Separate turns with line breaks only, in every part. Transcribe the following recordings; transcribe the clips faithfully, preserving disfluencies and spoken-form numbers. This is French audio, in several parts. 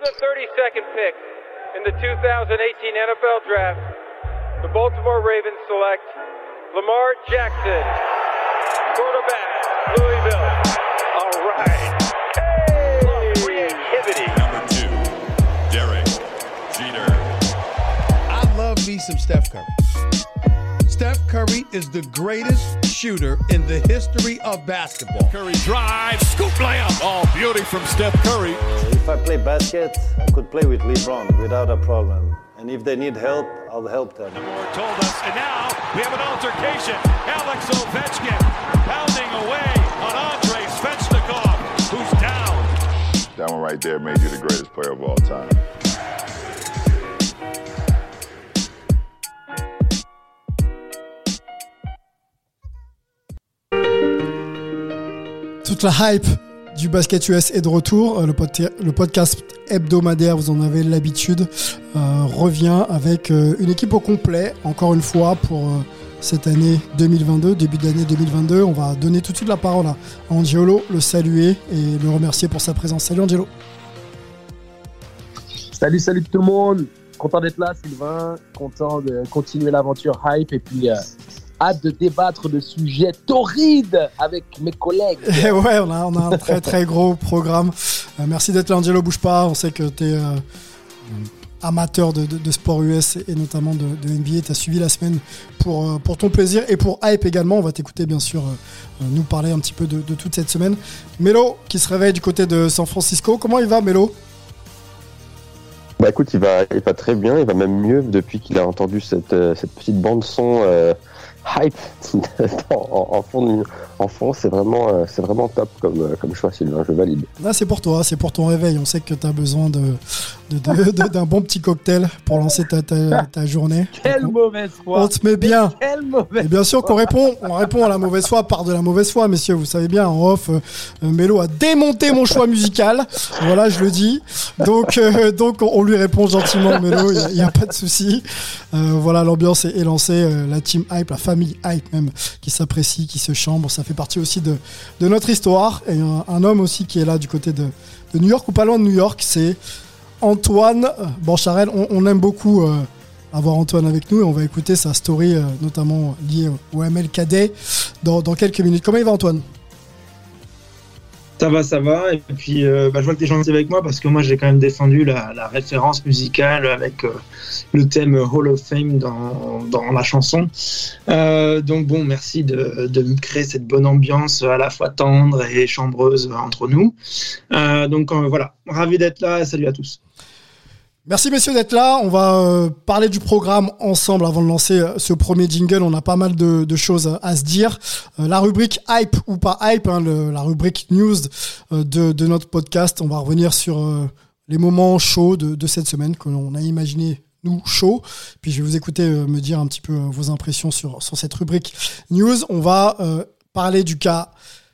the thirty-second pick in the two thousand eighteen N F L Draft, the Baltimore Ravens select Lamar Jackson, quarterback, Louisville. All right. Hey! Creativity.
Number two, Derek Jeter.
I love me some Steph Curry. Steph Curry is the greatest shooter in the history of basketball.
Curry drive, scoop layup. Oh, beauty from Steph Curry.
If I play basket, I could play with LeBron without a problem. And if they need help, I'll help them.
Moore told us, and now we have an altercation. Alex Ovechkin pounding away on Andrei Svechnikov, who's down.
That one right there made you the greatest player of all time.
Toute la hype du basket U S est de retour. Le, pod- le podcast hebdomadaire, vous en avez l'habitude, euh, revient avec euh, une équipe au complet, encore une fois, pour euh, cette année deux mille vingt-deux, début d'année deux mille vingt-deux. On va donner tout de suite la parole à Angelo, le saluer et le remercier pour sa présence. Salut Angelo.
Salut, salut tout le monde. Content d'être là, Sylvain. Content de continuer l'aventure hype et puis... Euh... hâte de débattre de sujets torrides avec mes collègues.
Et ouais, on a, on a un très très gros programme. Euh, merci d'être là, Angelo, bouge pas. On sait que tu es euh, amateur de, de, de sport U S et notamment de, de N B A. Tu as suivi la semaine pour, euh, pour ton plaisir et pour hype également. On va t'écouter bien sûr euh, nous parler un petit peu de, de toute cette semaine. Mélo qui se réveille du côté de San Francisco. Comment il va, Mélo ?
Bah écoute, il va, il va très bien, il va même mieux depuis qu'il a entendu cette, euh, cette petite bande son euh, hype en, en fond, en fond c'est vraiment, euh, c'est vraiment top comme, comme choix, Sylvain, je valide.
Là, c'est pour toi, c'est pour ton réveil. On sait que tu as besoin de, de, de, de, d'un bon petit cocktail pour lancer ta, ta, ta journée.
Quelle
on,
mauvaise foi.
On te met bien.
Mais quelle mauvaise
Et bien sûr qu'on répond, on répond à la mauvaise foi par de la mauvaise foi, messieurs. Vous savez bien, en off, euh, Mélo a démonté mon choix musical. Voilà, je le dis. Donc, euh, donc on lui répond gentiment, Mélo. Il n'y a, a pas de souci. Euh, voilà, l'ambiance est, est lancée. Euh, la team hype, la famille hype même, qui s'apprécie, qui se chambre. Ça fait partie aussi de, de notre histoire. Et un, un homme aussi qui est là du côté de, de New York ou pas loin de New York, c'est Antoine Bancharel. On, on aime beaucoup euh, avoir Antoine avec nous et on va écouter sa story, euh, notamment liée au M L Cadet, dans, dans quelques minutes. Comment il va, Antoine ?
Ça va, ça va. Et puis, euh, bah, je vois que tu es gentil avec moi parce que moi, j'ai quand même défendu la, la référence musicale avec euh, le thème Hall of Fame dans, dans la chanson. Euh, donc, bon, merci de, de me créer cette bonne ambiance à la fois tendre et chambreuse entre nous. Euh, donc, euh, voilà. Ravi d'être là. Salut à tous.
Merci messieurs d'être là. On va euh, parler du programme ensemble avant de lancer euh, ce premier jingle. On a pas mal de, de choses à se dire. Euh, la rubrique hype ou pas hype, hein, le, la rubrique news euh, de, de notre podcast. On va revenir sur euh, les moments chauds de, de cette semaine que l'on a imaginé nous chaud. Puis je vais vous écouter euh, me dire un petit peu euh, vos impressions sur, sur cette rubrique news. On va euh, parler du cas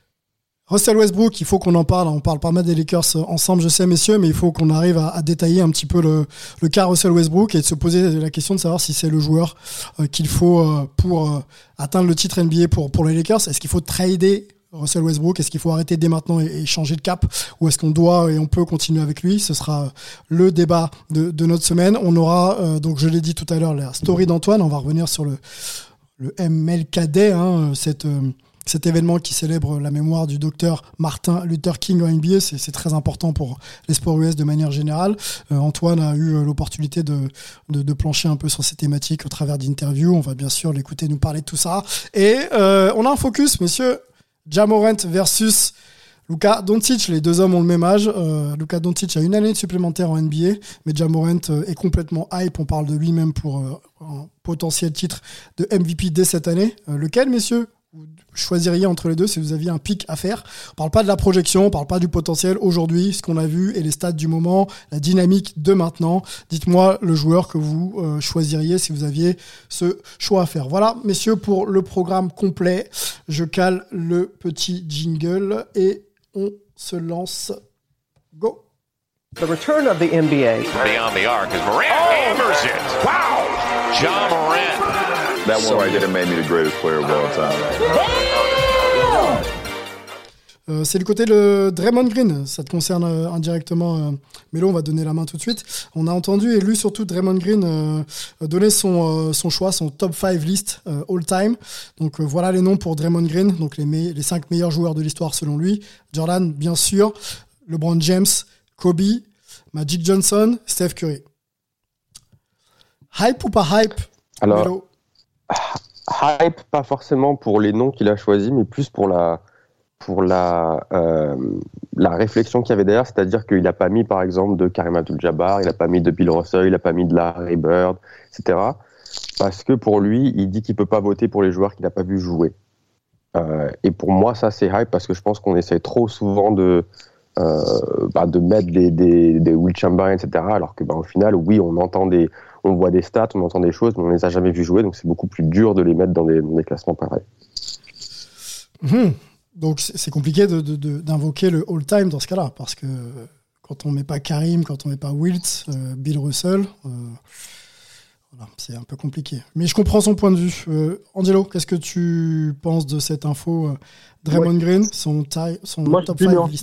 Russell Westbrook, il faut qu'on en parle. On parle pas mal des Lakers ensemble, je sais, messieurs, mais il faut qu'on arrive à, à détailler un petit peu le, le cas Russell Westbrook et de se poser la question de savoir si c'est le joueur euh, qu'il faut euh, pour euh, atteindre le titre N B A pour, pour les Lakers. Est-ce qu'il faut trader Russell Westbrook? Est-ce qu'il faut arrêter dès maintenant et, et changer de cap? Ou est-ce qu'on doit et on peut continuer avec lui? Ce sera le débat de, de notre semaine. On aura, euh, donc je l'ai dit tout à l'heure, la story d'Antoine. On va revenir sur le, le M L Cadet, hein, cette... Euh, Cet événement qui célèbre la mémoire du docteur Martin Luther King en N B A, c'est, c'est très important pour les sports U S de manière générale. Euh, Antoine a eu euh, l'opportunité de, de, de plancher un peu sur ces thématiques au travers d'interviews. On va bien sûr l'écouter nous parler de tout ça. Et euh, on a un focus, messieurs. Ja Morant versus Luka Doncic. Les deux hommes ont le même âge. Euh, Luka Doncic a une année supplémentaire en N B A, mais Ja Morant euh, est complètement hype. On parle de lui-même pour euh, un potentiel titre de M V P dès cette année. Euh, lequel, messieurs? Vous choisiriez entre les deux si vous aviez un pic à faire? On parle pas de la projection, on parle pas du potentiel aujourd'hui, ce qu'on a vu et les stats du moment, la dynamique de maintenant. Dites-moi le joueur que vous euh, choisiriez si vous aviez ce choix à faire. Voilà, messieurs, pour le programme complet. Je cale le petit jingle et on se lance. Go!
The return of the N B A.
Beyond the arc as Morant hammers it. Wow! Ja Morant.
That one right there made me the greatest player of all time.
Euh, c'est du côté de Draymond Green. Ça te concerne euh, indirectement, euh, Mélo, on va donner la main tout de suite. On a entendu et lu surtout Draymond Green euh, donner son, euh, son choix, son top cinq list euh, all-time. Donc euh, voilà les noms pour Draymond Green, donc les, me- les cinq meilleurs joueurs de l'histoire selon lui. Jordan, bien sûr. LeBron James, Kobe, Magic Johnson, Steph Curry. Hype ou pas hype,
Alors,
Mélo?
hype, pas forcément pour les noms qu'il a choisis, mais plus pour la, pour la, euh, la réflexion qu'il y avait derrière. C'est-à-dire qu'il n'a pas mis, par exemple, de Kareem Abdul-Jabbar, il n'a pas mis de Bill Russell, il n'a pas mis de Larry Bird, et cetera. Parce que pour lui, il dit qu'il ne peut pas voter pour les joueurs qu'il n'a pas vu jouer. Euh, et pour moi, ça, c'est hype parce que je pense qu'on essaie trop souvent de, euh, bah, de mettre des, des, des Will Chamberlain, et cetera. Alors que, bah, au final, oui, on entend des, on voit des stats, on entend des choses, mais on les a jamais vus jouer, donc c'est beaucoup plus dur de les mettre dans des, dans des classements pareils.
Mmh. Donc c'est, c'est compliqué de, de, de, d'invoquer le all-time dans ce cas-là, parce que quand on met pas Karim, quand on met pas Wilt, euh, Bill Russell, euh, voilà, c'est un peu compliqué. Mais je comprends son point de vue. Euh, Angelo, qu'est-ce que tu penses de cette info euh, Draymond ouais. Green, son, taille, son
Moi,
top
cinq
list?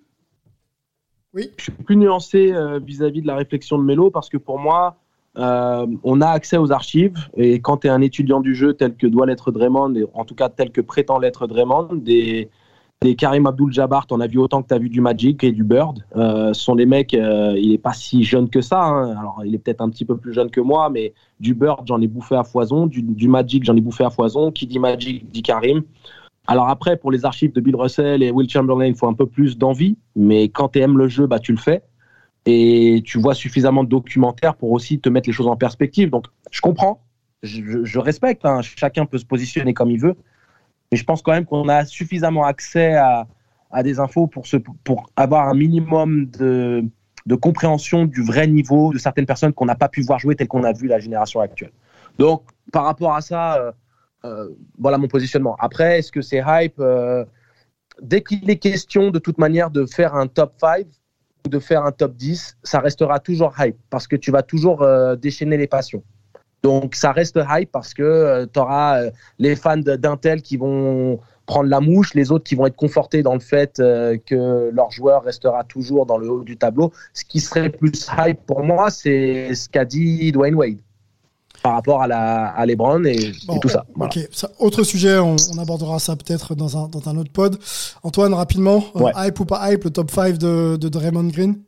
Oui.
Je suis plus nuancé euh, vis-à-vis de la réflexion de Mélo parce que pour moi, euh, on a accès aux archives et quand tu es un étudiant du jeu tel que doit l'être Draymond, et en tout cas tel que prétend l'être Draymond, des, des Kareem Abdul-Jabbar, tu en as vu autant que tu as vu du Magic et du Bird. Euh, ce sont des mecs, euh, il n'est pas si jeune que ça. Hein. Alors, il est peut-être un petit peu plus jeune que moi, mais du Bird, j'en ai bouffé à foison. Du, du Magic, j'en ai bouffé à foison. Qui dit Magic, dit Kareem. Alors après, pour les archives de Bill Russell et Will Chamberlain, il faut un peu plus d'envie, mais quand tu aimes le jeu, bah, tu le fais. Et tu vois suffisamment de documentaires pour aussi te mettre les choses en perspective. Donc, je comprends, je, je respecte, hein. Chacun peut se positionner comme il veut, mais je pense quand même qu'on a suffisamment accès à, à des infos pour, se, pour avoir un minimum de, de compréhension du vrai niveau de certaines personnes qu'on n'a pas pu voir jouer tel qu'on a vu la génération actuelle. Donc, par rapport à ça... Euh, Euh, voilà mon positionnement. Après, est-ce que c'est hype euh, dès qu'il est question de toute manière de faire un top cinq ou de faire un top dix, ça restera toujours hype parce que tu vas toujours euh, déchaîner les passions. Donc ça reste hype parce que euh, tu auras euh, les fans d'Intel qui vont prendre la mouche, les autres qui vont être confortés dans le fait euh, que leur joueur restera toujours dans le haut du tableau. Ce qui serait plus hype pour moi, c'est ce qu'a dit Dwayne Wade par rapport à, la, à LeBron et, bon, et tout ça. Voilà.
Ok, ça, autre sujet, on, on abordera ça peut-être dans un, dans un autre pod. Antoine, rapidement, ouais. euh, hype ou pas hype, le top cinq de, de Draymond Green?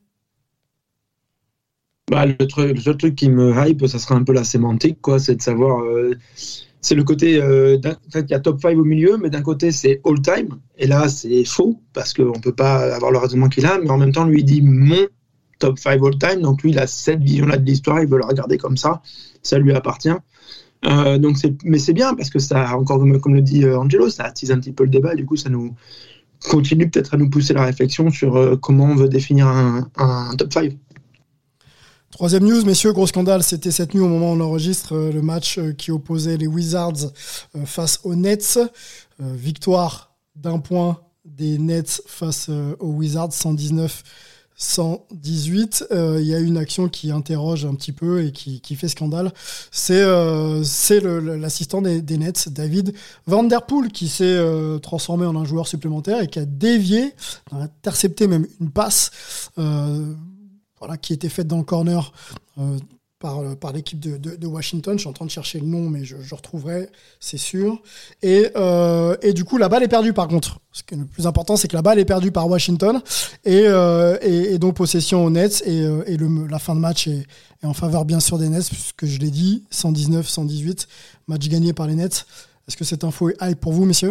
Bah, le, truc, le seul truc qui me hype, ça sera un peu la sémantique, quoi, c'est de savoir... Euh, c'est le côté... Euh, en fait, il y a top cinq au milieu, mais d'un côté, c'est all-time, et là, c'est faux, parce qu'on ne peut pas avoir le raisonnement qu'il a, mais en même temps, lui, il dit mon top cinq all-time, donc lui, il a cette vision-là de l'histoire, il veut le regarder comme ça, ça lui appartient. Euh, donc c'est, mais c'est bien parce que ça, encore comme, comme le dit euh, Angelo, ça attise un petit peu le débat. Du coup, ça nous continue peut-être à nous pousser la réflexion sur euh, comment on veut définir un, un top cinq.
Troisième news, messieurs, gros scandale. C'était cette nuit au moment où on enregistre euh, le match euh, qui opposait les Wizards euh, face aux Nets. Euh, victoire d'un point des Nets face euh, aux Wizards, cent dix-neuf cent dix-huit. Il euh, y a une action qui interroge un petit peu et qui, qui fait scandale. C'est, euh, c'est le, l'assistant des, des Nets, David Van Der Poel, qui s'est euh, transformé en un joueur supplémentaire et qui a dévié, a intercepté même une passe euh, voilà, qui était faite dans le corner euh, par, par l'équipe de, de, de Washington. Je suis en train de chercher le nom, mais je, je retrouverai, c'est sûr. Et, euh, et du coup, la balle est perdue par contre. Ce qui est le plus important, c'est que la balle est perdue par Washington et, euh, et, et donc possession aux Nets. Et, euh, et le, la fin de match est, est en faveur bien sûr des Nets, puisque je l'ai dit, cent dix-neuf cent dix-huit, match gagné par les Nets. Est-ce que cette info est hype pour vous, messieurs?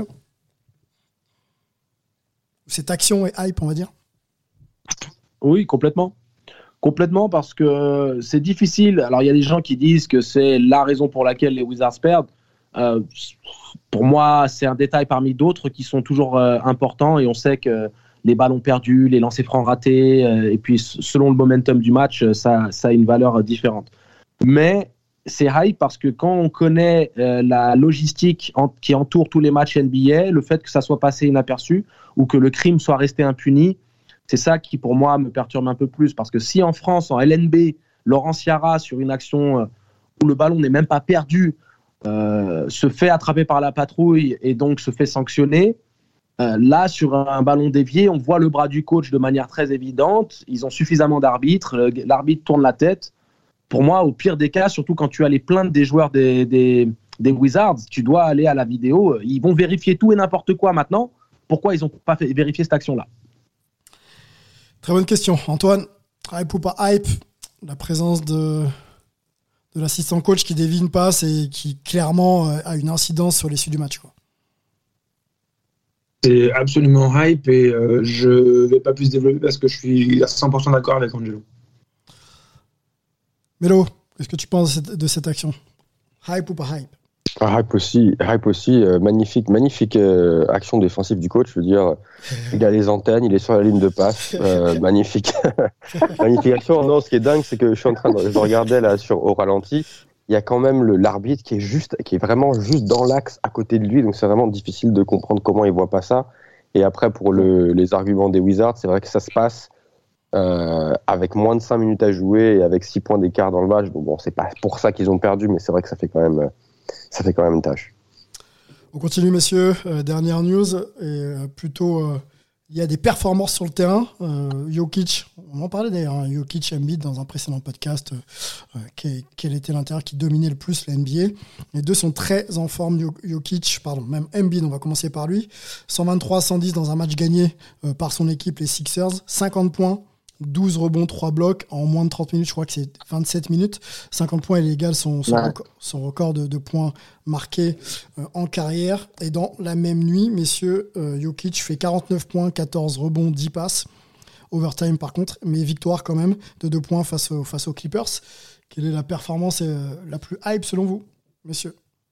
Cette action est hype, on va dire?
Oui, complètement. Complètement, parce que c'est difficile. Alors, il y a des gens qui disent que c'est la raison pour laquelle les Wizards perdent. Euh, pour moi, c'est un détail parmi d'autres qui sont toujours euh, importants. Et on sait que les ballons perdus, les lancers francs ratés, euh, et puis selon le momentum du match, ça, ça a une valeur différente. Mais c'est hype parce que quand on connaît euh, la logistique en, qui entoure tous les matchs N B A, le fait que ça soit passé inaperçu ou que le crime soit resté impuni, c'est ça qui, pour moi, me perturbe un peu plus. Parce que si en France, en L N B, Laurent Ciara, sur une action où le ballon n'est même pas perdu, euh, se fait attraper par la patrouille et donc se fait sanctionner, Euh, là, sur un ballon dévié, on voit le bras du coach de manière très évidente. Ils ont suffisamment d'arbitres. L'arbitre tourne la tête. Pour moi, au pire des cas, surtout quand tu as les plaintes des joueurs des, des, des Wizards, tu dois aller à la vidéo. Ils vont vérifier tout et n'importe quoi maintenant. Pourquoi ils n'ont pas fait vérifier cette action-là?
Très bonne question. Antoine, hype ou pas hype? La présence de, de l'assistant coach qui dévie une passe et qui clairement a une incidence sur l'issue du match, quoi.
C'est absolument hype et euh, je ne vais pas plus développer parce que je suis à cent pour cent d'accord avec Angelo.
Mélo, qu'est-ce que tu penses de cette action? Hype ou pas hype?
Ah, hype aussi, hype aussi euh, magnifique, magnifique euh, action défensive du coach. Je veux dire, il a les antennes, il est sur la ligne de passe, euh, magnifique, magnifique action. Non, ce qui est dingue, c'est que je suis en train de, je regardais là sur au ralenti, il y a quand même le, l'arbitre qui est juste, qui est vraiment juste dans l'axe à côté de lui, donc c'est vraiment difficile de comprendre comment il voit pas ça. Et après, pour le, les arguments des Wizards, c'est vrai que ça se passe euh, avec moins de cinq minutes à jouer et avec six points d'écart dans le match. Donc bon, c'est pas pour ça qu'ils ont perdu, mais c'est vrai que ça fait quand même. Ça fait quand même une tâche.
On continue, messieurs. Euh, dernière news. Et, euh, plutôt, euh, il y a des performances sur le terrain. Euh, Jokic, on en parlait d'ailleurs. Hein, Jokic, Embiid, dans un précédent podcast. Euh, quel, quel était l'intérieur qui dominait le plus la N B A? Les deux sont très en forme. Jokic, pardon, même Embiid, on va commencer par lui. cent vingt-trois à cent dix dans un match gagné euh, par son équipe, les Sixers. cinquante points. douze rebonds, trois blocs en moins de trente minutes, je crois que c'est vingt-sept minutes. cinquante points, il égale son, son, ouais. record, son record de, de points marqués euh, en carrière. Et dans la même nuit, messieurs, euh, Jokic fait quarante-neuf points, quatorze rebonds, dix passes. Overtime par contre, mais victoire quand même de deux points face, au, face aux Clippers. Quelle est la performance euh, la plus hype selon vous, messieurs?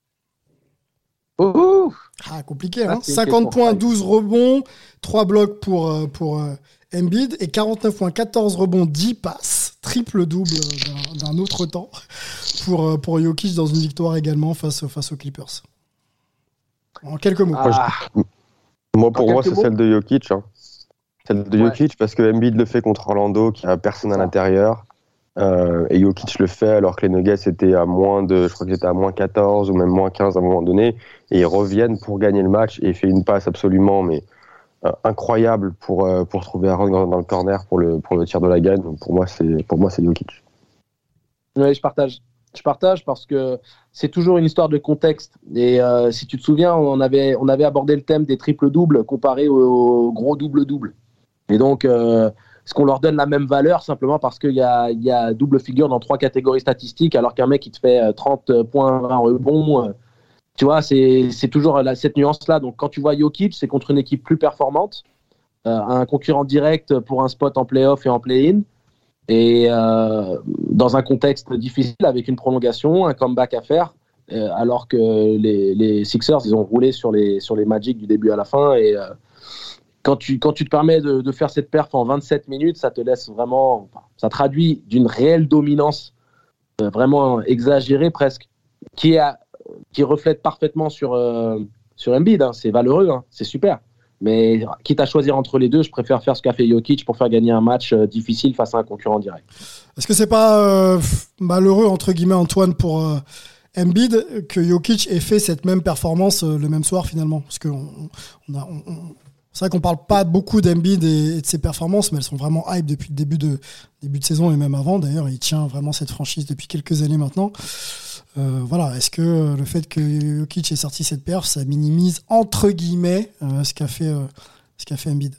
Oh
ah, compliqué, hein. cinquante points, douze rebonds, trois blocs pour, euh, pour euh, Embiid et quarante-neuf points, quatorze rebonds, dix passes, triple-double d'un, d'un autre temps pour, euh, pour Jokic dans une victoire également face, face aux Clippers. En quelques mots.
Ah. Moi, pour moi, c'est mots. celle de Jokic. Hein. Celle de ouais. Jokic parce que Embiid le fait contre Orlando, qui a personne à l'intérieur. Euh, et Jokic le fait alors que les Nuggets étaient à moins de, je crois qu'ils étaient à moins quatorze ou même moins quinze à un moment donné, et ils reviennent pour gagner le match et il fait une passe absolument mais euh, incroyable pour euh, pour trouver Aaron dans, dans le corner pour le pour le tir de la gagne. Donc pour moi c'est pour moi c'est Jokic.
Oui, je partage. Je partage parce que c'est toujours une histoire de contexte et euh, si tu te souviens, on avait on avait abordé le thème des triples doubles comparé au, au gros double double. Et donc euh, est-ce qu'on leur donne la même valeur simplement parce qu'il y a, il y a double figure dans trois catégories statistiques alors qu'un mec qui te fait trente points, vingt rebonds, tu vois, c'est, c'est toujours la, cette nuance-là. Donc quand tu vois Jokic, c'est contre une équipe plus performante, euh, un concurrent direct pour un spot en play-off et en play-in, et euh, dans un contexte difficile avec une prolongation, un comeback à faire, euh, alors que les, les Sixers, ils ont roulé sur les, sur les Magic du début à la fin et... Euh, Quand tu, quand tu te permets de, de faire cette perf en vingt-sept minutes, ça te laisse vraiment, ça traduit d'une réelle dominance euh, vraiment exagérée presque, qui, est, qui reflète parfaitement sur, euh, sur Embiid. Hein. C'est valeureux, hein. C'est super. Mais quitte à choisir entre les deux, je préfère faire ce qu'a fait Jokic pour faire gagner un match euh, difficile face à un concurrent direct.
Est-ce que c'est pas euh, malheureux, entre guillemets, Antoine, pour euh, Embiid, que Jokic ait fait cette même performance euh, le même soir finalement? Parce qu'on on a... On, on... C'est vrai qu'on parle pas beaucoup d'Embiid et de ses performances, mais elles sont vraiment hype depuis le début de, début de saison et même avant. D'ailleurs, il tient vraiment cette franchise depuis quelques années maintenant. Euh, voilà. Est-ce que le fait que Jokic ait sorti cette perf, ça minimise, entre guillemets, euh, ce qu'a fait, euh, ce qu'a fait Embiid?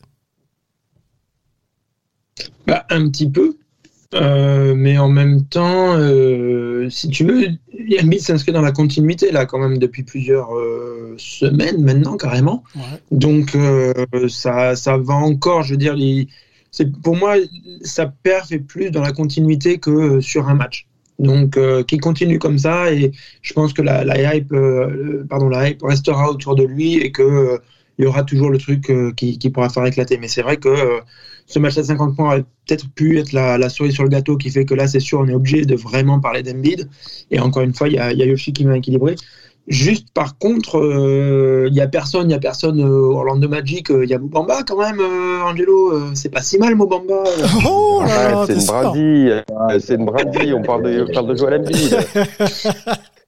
Bah, un petit peu. Euh, mais en même temps, euh, si tu veux, Embiid s'inscrit dans la continuité là quand même depuis plusieurs euh, semaines maintenant carrément. Ouais. Donc euh, ça, ça va encore, je veux dire, les, c'est, pour moi, sa perf est plus dans la continuité que sur un match. Donc euh, qu'il continue comme ça et je pense que la, la hype, euh, pardon, la hype restera autour de lui et que euh, il y aura toujours le truc euh, qui, qui pourra faire éclater. Mais c'est vrai que euh, ce match à cinquante points aurait peut-être pu être la, la cerise sur le gâteau qui fait que là, c'est sûr, on est obligé de vraiment parler d'Embiid. Et encore une fois, il y a, y a Yoshi qui m'a équilibré. Juste, par contre, il euh, n'y a personne, il n'y a personne euh, Orlando Magic, il euh, y a Mobamba quand même, euh, Angelo. Euh, c'est pas si mal, Mobamba. Euh.
Oh là là,
ouais, c'est une brindille. C'est une brindille. On parle de, on parle de Joel Embiid.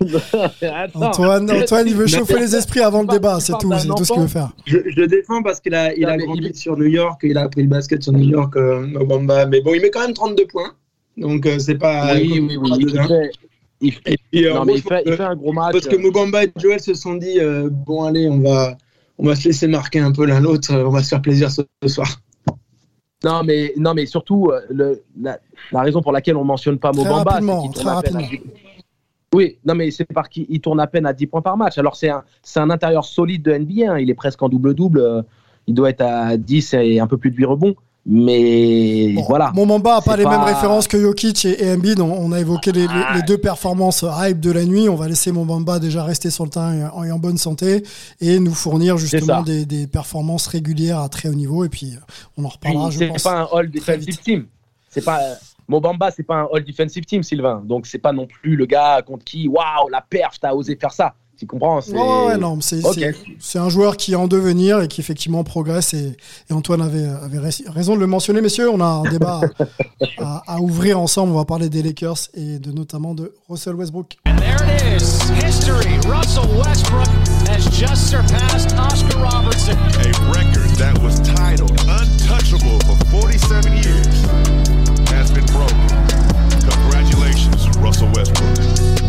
Antoine, Antoine, il veut chauffer les esprits avant le débat, c'est tout, c'est tout ce qu'il veut faire.
Je, je le défends parce qu'il a, il a grandi il... sur New York, il a appris le basket sur New York, euh, Mo Bamba. Mais bon, il met quand même trente-deux points, donc euh, c'est pas.
Oui, oui, oui. Il fait, il fait, puis, euh, non, mais il fait, il fait un gros match.
Parce que Mo Bamba et Joel se sont dit euh, bon, allez, on va, on va se laisser marquer un peu l'un l'autre, on va se faire plaisir ce, ce soir.
Non, mais, non, mais surtout, le, la, la raison pour laquelle on ne mentionne pas Mo Bamba, c'est qu'il tourne à peine à... Oui, non, mais c'est parce qu'il tourne à peine à dix points par match. Alors, c'est un, c'est un intérieur solide de N B A. Hein. Il est presque en double-double. Il doit être à dix et un peu plus de huit rebonds. Mais bon, voilà.
Mo Bamba n'a pas les pas... mêmes références que Jokic et, et Embiid. On, on a évoqué les, ah. les, les deux performances hype de la nuit. On va laisser Mo Bamba déjà rester sur le terrain et en, et en bonne santé et nous fournir justement des, des performances régulières à très haut niveau. Et puis, on en reparlera,
puis,
je
c'est
pense.
C'est pas un all defensive team. C'est pas... Mo Bamba, c'est pas un all defensive team, Sylvain. Donc, c'est pas non plus le gars contre qui, waouh, la perf, t'as osé faire ça. Tu comprends c'est...
Ouais, ouais, non, c'est, okay. c'est, c'est un joueur qui est en devenir et qui effectivement progresse. Et, et Antoine avait, avait raison de le mentionner, messieurs. On a un débat à, à, à ouvrir ensemble. On va parler des Lakers et de, notamment de Russell Westbrook.
And there it is. History. Russell Westbrook has just surpassed Oscar Robertson.
A record that was titled untouchable for forty-seven years has been broken. Congratulations, Russell Westbrook.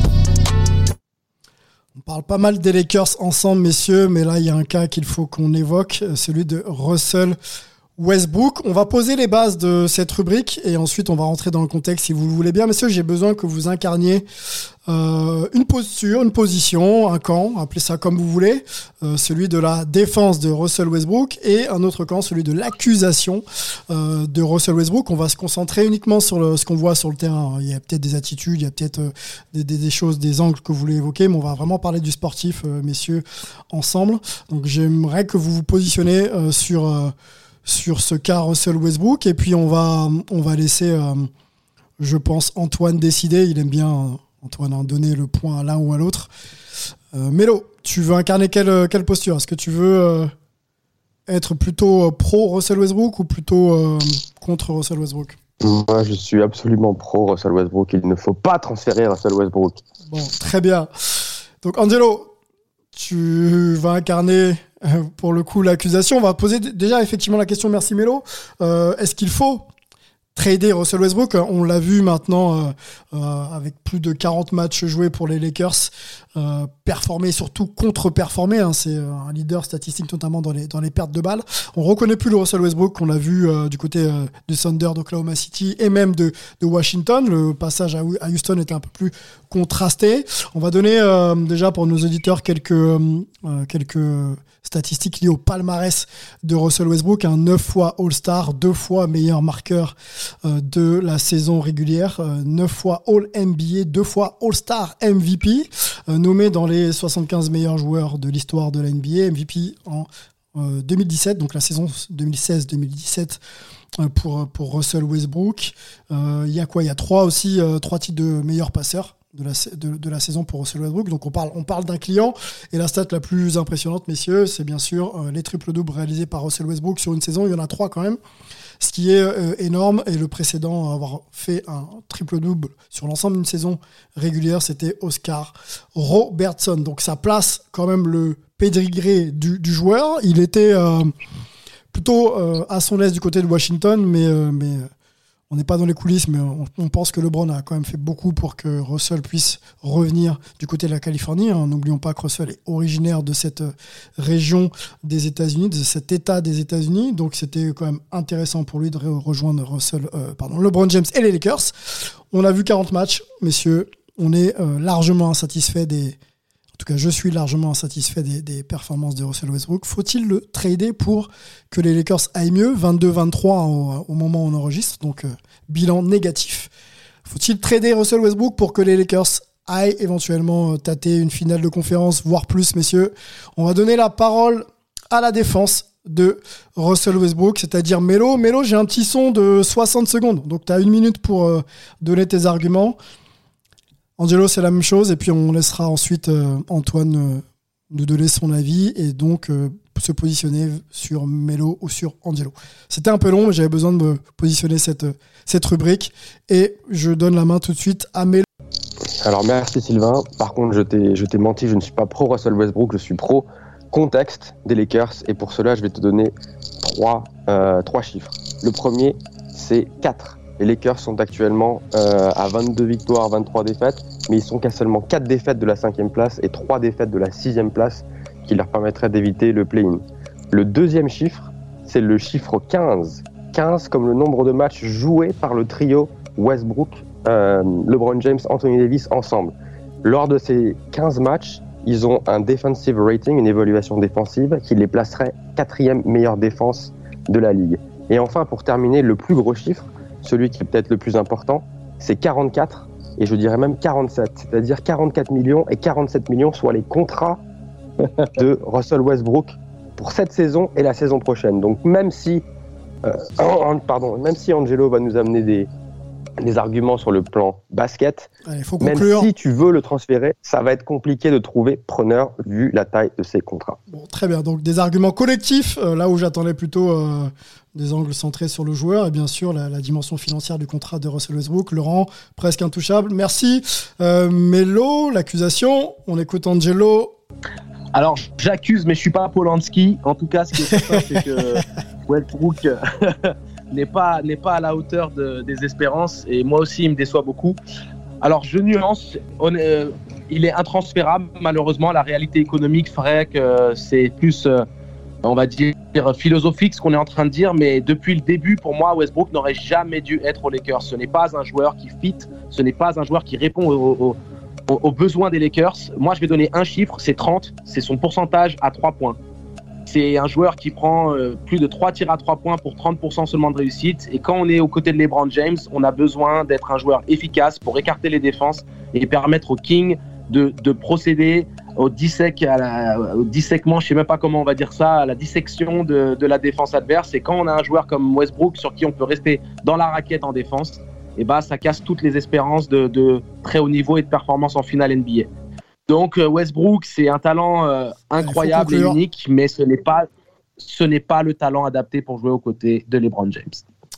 On parle pas mal des Lakers ensemble, messieurs, mais là, il y a un cas qu'il faut qu'on évoque, celui de Russell Westbrook. On va poser les bases de cette rubrique et ensuite, on va rentrer dans le contexte si vous le voulez bien. Messieurs, j'ai besoin que vous incarniez euh, une posture, une position, un camp, appelez ça comme vous voulez, euh, celui de la défense de Russell Westbrook et un autre camp, celui de l'accusation euh, de Russell Westbrook. On va se concentrer uniquement sur le, ce qu'on voit sur le terrain. Il y a peut-être des attitudes, il y a peut-être euh, des, des, des choses, des angles que vous voulez évoquer, mais on va vraiment parler du sportif, euh, messieurs, ensemble. Donc j'aimerais que vous vous positionnez euh, sur... Euh, sur ce cas Russell Westbrook et puis on va on va laisser euh, je pense Antoine décider, il aime bien euh, Antoine en donner le point à l'un ou à l'autre. euh, Mélo, tu veux incarner quelle, quelle posture? Est-ce que tu veux euh, être plutôt pro Russell Westbrook ou plutôt euh, contre Russell Westbrook?
Moi je suis absolument pro Russell Westbrook, il ne faut pas transférer Russell Westbrook.
Bon, très bien. Donc Angelo, tu vas incarner euh, pour le coup l'accusation. On va poser d- déjà effectivement la question, merci Mélo. Euh, est-ce qu'il faut trader Russell Westbrook? On l'a vu maintenant euh, euh, avec plus de quarante matchs joués pour les Lakers, euh, performer, surtout contre-performer. Hein, c'est un leader statistique notamment dans les, dans les pertes de balles. On reconnaît plus le Russell Westbrook qu'on l'a vu euh, du côté euh, de Thunder d'Oklahoma City et même de, de Washington. Le passage à, à Houston était un peu plus contrasté. On va donner euh, déjà pour nos auditeurs quelques, euh, quelques statistiques liées au palmarès de Russell Westbrook. Un neuf fois All-Star, deux fois meilleur marqueur euh, de la saison régulière, euh, neuf fois All-N B A, deux fois All-Star M V P, euh, nommé dans les soixante-quinze meilleurs joueurs de l'histoire de la N B A, M V P en euh, deux mille dix-sept, donc la saison deux mille seize deux mille dix-sept euh, pour, pour Russell Westbrook. Euh, il y a quoi? Il y a trois aussi, euh, trois titres de meilleur passeur de la, de, de la saison pour Russell Westbrook. Donc on parle, on parle d'un client. Et la stat la plus impressionnante, messieurs, c'est bien sûr euh, les triples-doubles réalisés par Russell Westbrook sur une saison. Il y en a trois quand même, ce qui est euh, énorme. Et le précédent à avoir fait un triple-double sur l'ensemble d'une saison régulière, c'était Oscar Robertson. Donc ça place quand même le pédigré du, du joueur. Il était euh, plutôt euh, à son aise du côté de Washington, mais... Euh, mais on n'est pas dans les coulisses, mais on, on pense que LeBron a quand même fait beaucoup pour que Russell puisse revenir du côté de la Californie. Hein. N'oublions pas que Russell est originaire de cette région des États-Unis, de cet État des États-Unis. Donc c'était quand même intéressant pour lui de rejoindre Russell, euh, pardon, LeBron James et les Lakers. On a vu quarante matchs, messieurs. On est euh, largement insatisfait des... En tout cas, je suis largement insatisfait des, des performances de Russell Westbrook. Faut-il le trader pour que les Lakers aillent mieux? vingt-deux vingt-trois au, au moment où on enregistre, donc euh, bilan négatif. Faut-il trader Russell Westbrook pour que les Lakers aillent éventuellement euh, tâter une finale de conférence, voire plus, messieurs? On va donner la parole à la défense de Russell Westbrook, c'est-à-dire Mélo. Mélo, j'ai un petit son de soixante secondes, donc tu as une minute pour euh, donner tes arguments. Angelo, c'est la même chose, et puis on laissera ensuite euh, Antoine euh, nous donner son avis et donc euh, se positionner sur Mélo ou sur Angelo. C'était un peu long, mais j'avais besoin de me positionner cette, cette rubrique, et je donne la main tout de suite à Mélo.
Alors merci Sylvain. Par contre, je t'ai, je t'ai menti, je ne suis pas pro Russell Westbrook, je suis pro contexte des Lakers. Et pour cela, je vais te donner trois, euh, trois chiffres. Le premier, c'est quatre. Les Lakers sont actuellement euh, à vingt-deux victoires, vingt-trois défaites, mais ils sont qu'à seulement quatre défaites de la cinquième place et trois défaites de la sixième place qui leur permettraient d'éviter le play-in. Le deuxième chiffre, c'est le chiffre quinze. quinze comme le nombre de matchs joués par le trio Westbrook, euh, LeBron James, Anthony Davis ensemble. Lors de ces quinze matchs, ils ont un defensive rating, une évaluation défensive, qui les placerait quatrième meilleure défense de la ligue. Et enfin, pour terminer, le plus gros chiffre, celui qui est peut-être le plus important, c'est quarante-quatre, et je dirais même quarante-sept, c'est-à-dire quarante-quatre millions et quarante-sept millions, soit les contrats de Russell Westbrook pour cette saison et la saison prochaine. Donc même si, euh, pardon, même si Angelo va nous amener des, des arguments sur le plan basket,
Allez, faut
même
conclure.
si tu veux le transférer, ça va être compliqué de trouver preneur vu la taille de ses contrats.
Bon, très bien, donc des arguments collectifs, euh, là où j'attendais plutôt euh, des angles centrés sur le joueur et bien sûr la, la dimension financière du contrat de Russell Westbrook. Laurent, presque intouchable, merci. Euh, Melo, l'accusation, on écoute Angelo.
Alors, j'accuse, mais je suis pas Polanski. En tout cas, ce qui est certain, c'est que Westbrook n'est pas, n'est pas à la hauteur de, des espérances. Et moi aussi, il me déçoit beaucoup. Alors, je nuance. On est, euh, il est intransférable. Malheureusement, la réalité économique ferait que c'est plus, euh, on va dire, philosophique ce qu'on est en train de dire. Mais depuis le début, pour moi, Westbrook n'aurait jamais dû être aux Lakers. Ce n'est pas un joueur qui fit. Ce n'est pas un joueur qui répond aux... aux aux besoins des Lakers. Moi, je vais donner un chiffre, c'est trente, c'est son pourcentage à trois points. C'est un joueur qui prend euh, plus de trois tirs à trois points pour trente pour cent seulement de réussite. Et quand on est aux côtés de LeBron James, on a besoin d'être un joueur efficace pour écarter les défenses et permettre aux Kings de, de procéder au, dissec, à la, au dissèquement, je ne sais même pas comment on va dire ça, à la dissection de, de la défense adverse. Et quand on a un joueur comme Westbrook sur qui on peut rester dans la raquette en défense, et bah, ça casse toutes les espérances de, de très haut niveau et de performance en finale N B A. Donc Westbrook, c'est un talent euh, incroyable et unique, mais ce n'est pas, ce n'est pas le talent adapté pour jouer aux côtés de LeBron James.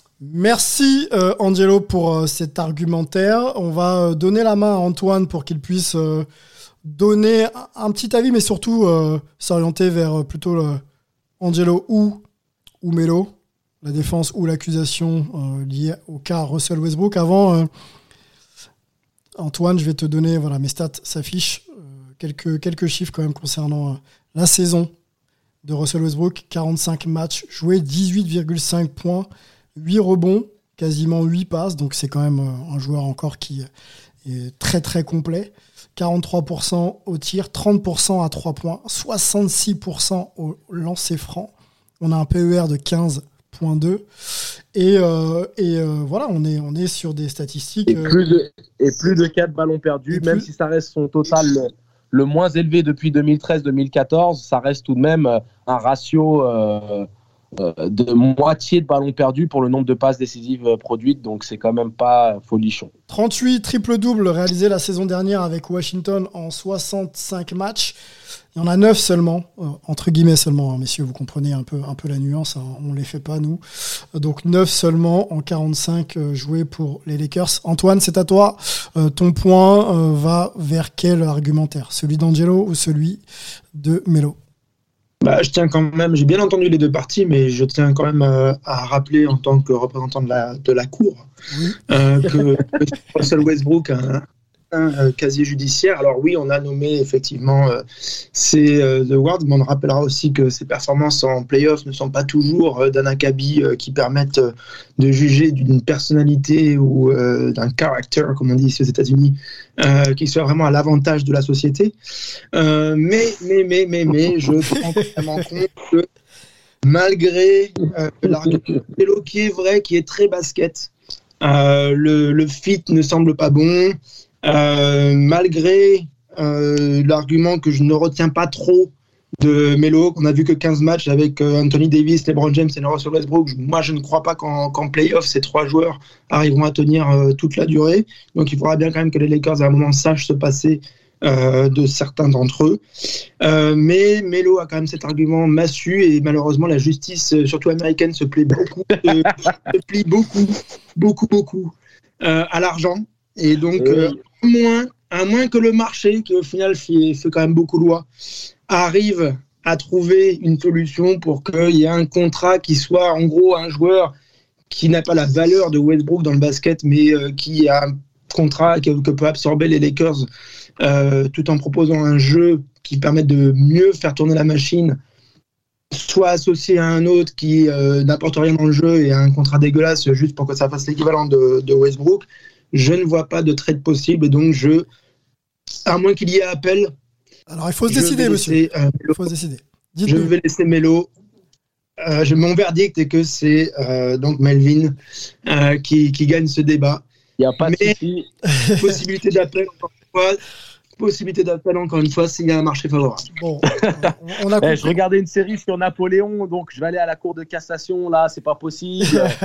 Merci euh, Angelo pour euh, cet argumentaire. On va euh, donner la main à Antoine pour qu'il puisse euh, donner un petit avis, mais surtout euh, s'orienter vers euh, plutôt le Angelo ou, ou Melo. La défense ou l'accusation euh, liée au cas Russell Westbrook. Avant, euh, Antoine, je vais te donner, voilà, mes stats s'affichent, euh, quelques, quelques chiffres quand même concernant euh, la saison de Russell Westbrook. quarante-cinq matchs joués, dix-huit virgule cinq points, huit rebonds, quasiment huit passes, donc c'est quand même euh, un joueur encore qui est très très complet. quarante-trois pour cent au tir, trente pour cent à trois points, soixante-six pour cent au lancer franc. On a un P E R de quinze point deux et, euh, et euh, voilà, on est, on est sur des statistiques
et plus de, et plus de quatre ballons perdus, même plus... si ça reste son total le, le moins élevé depuis deux mille treize deux mille quatorze, ça reste tout de même un ratio euh, euh, de moitié de ballons perdus pour le nombre de passes décisives produites, donc c'est quand même pas folichon.
trente-huit triple-double réalisés la saison dernière avec Washington en soixante-cinq matchs. Il y en a neuf seulement, euh, entre guillemets seulement, hein, messieurs, vous comprenez un peu, un peu la nuance, hein, on ne les fait pas nous. Donc neuf seulement en quarante-cinq euh, joués pour les Lakers. Antoine, c'est à toi. Euh, ton point euh, va vers quel argumentaire ? Celui d'Angelo ou celui de Melo ?
Bah, je tiens quand même, j'ai bien entendu les deux parties, mais je tiens quand même euh, à rappeler en tant que représentant de la, de la Cour oui. euh, que Russell Westbrook a un, un euh, casier judiciaire. Alors oui, on a nommé effectivement euh, ces euh, awards, mais on rappellera aussi que ses performances en playoffs ne sont pas toujours euh, d'un acabit euh, qui permettent euh, de juger d'une personnalité ou euh, d'un character, comme on dit ici aux États-Unis, euh, qui soit vraiment à l'avantage de la société. Euh, mais, mais, mais, mais, mais, je prends vraiment compte que malgré euh, l'argument qui est vrai, qui est très basket, euh, le, le fit ne semble pas bon. Euh, malgré euh, l'argument que je ne retiens pas trop de Melo, qu'on a vu que quinze matchs avec euh, Anthony Davis, LeBron James et Russell Westbrook, moi je ne crois pas qu'en, qu'en play-off ces trois joueurs arriveront à tenir euh, toute la durée, donc il faudra bien quand même que les Lakers à un moment sachent se passer euh, de certains d'entre eux, euh, mais Melo a quand même cet argument massu et malheureusement la justice, surtout américaine, se plaît beaucoup, euh, se plie beaucoup, beaucoup, beaucoup euh, à l'argent. Et donc, euh, au moins, à moins que le marché, qui au final fait, fait quand même beaucoup loi, arrive à trouver une solution pour qu'il y ait un contrat qui soit en gros un joueur qui n'a pas la valeur de Westbrook dans le basket, mais euh, qui a un contrat que, que peut absorber les Lakers euh, tout en proposant un jeu qui permet de mieux faire tourner la machine, soit associé à un autre qui euh, n'apporte rien dans le jeu et a un contrat dégueulasse juste pour que ça fasse l'équivalent de, de Westbrook, je ne vois pas de trade possible, donc je, à moins qu'il y ait appel.
Alors il faut se décider, monsieur. Laisser, euh, il faut se décider.
Je vais laisser Melo. Euh, je, mon verdict est que c'est euh, donc Melvin euh, qui, qui gagne ce débat.
Il n'y a pas de
Mais,
souci.
Possibilité d'appel encore une fois. Possibilité d'appel encore une fois s'il y a un marché favorable.
Bon, on a
eh, je regardais une série sur Napoléon, donc je vais aller à la cour de cassation. Là, c'est pas possible.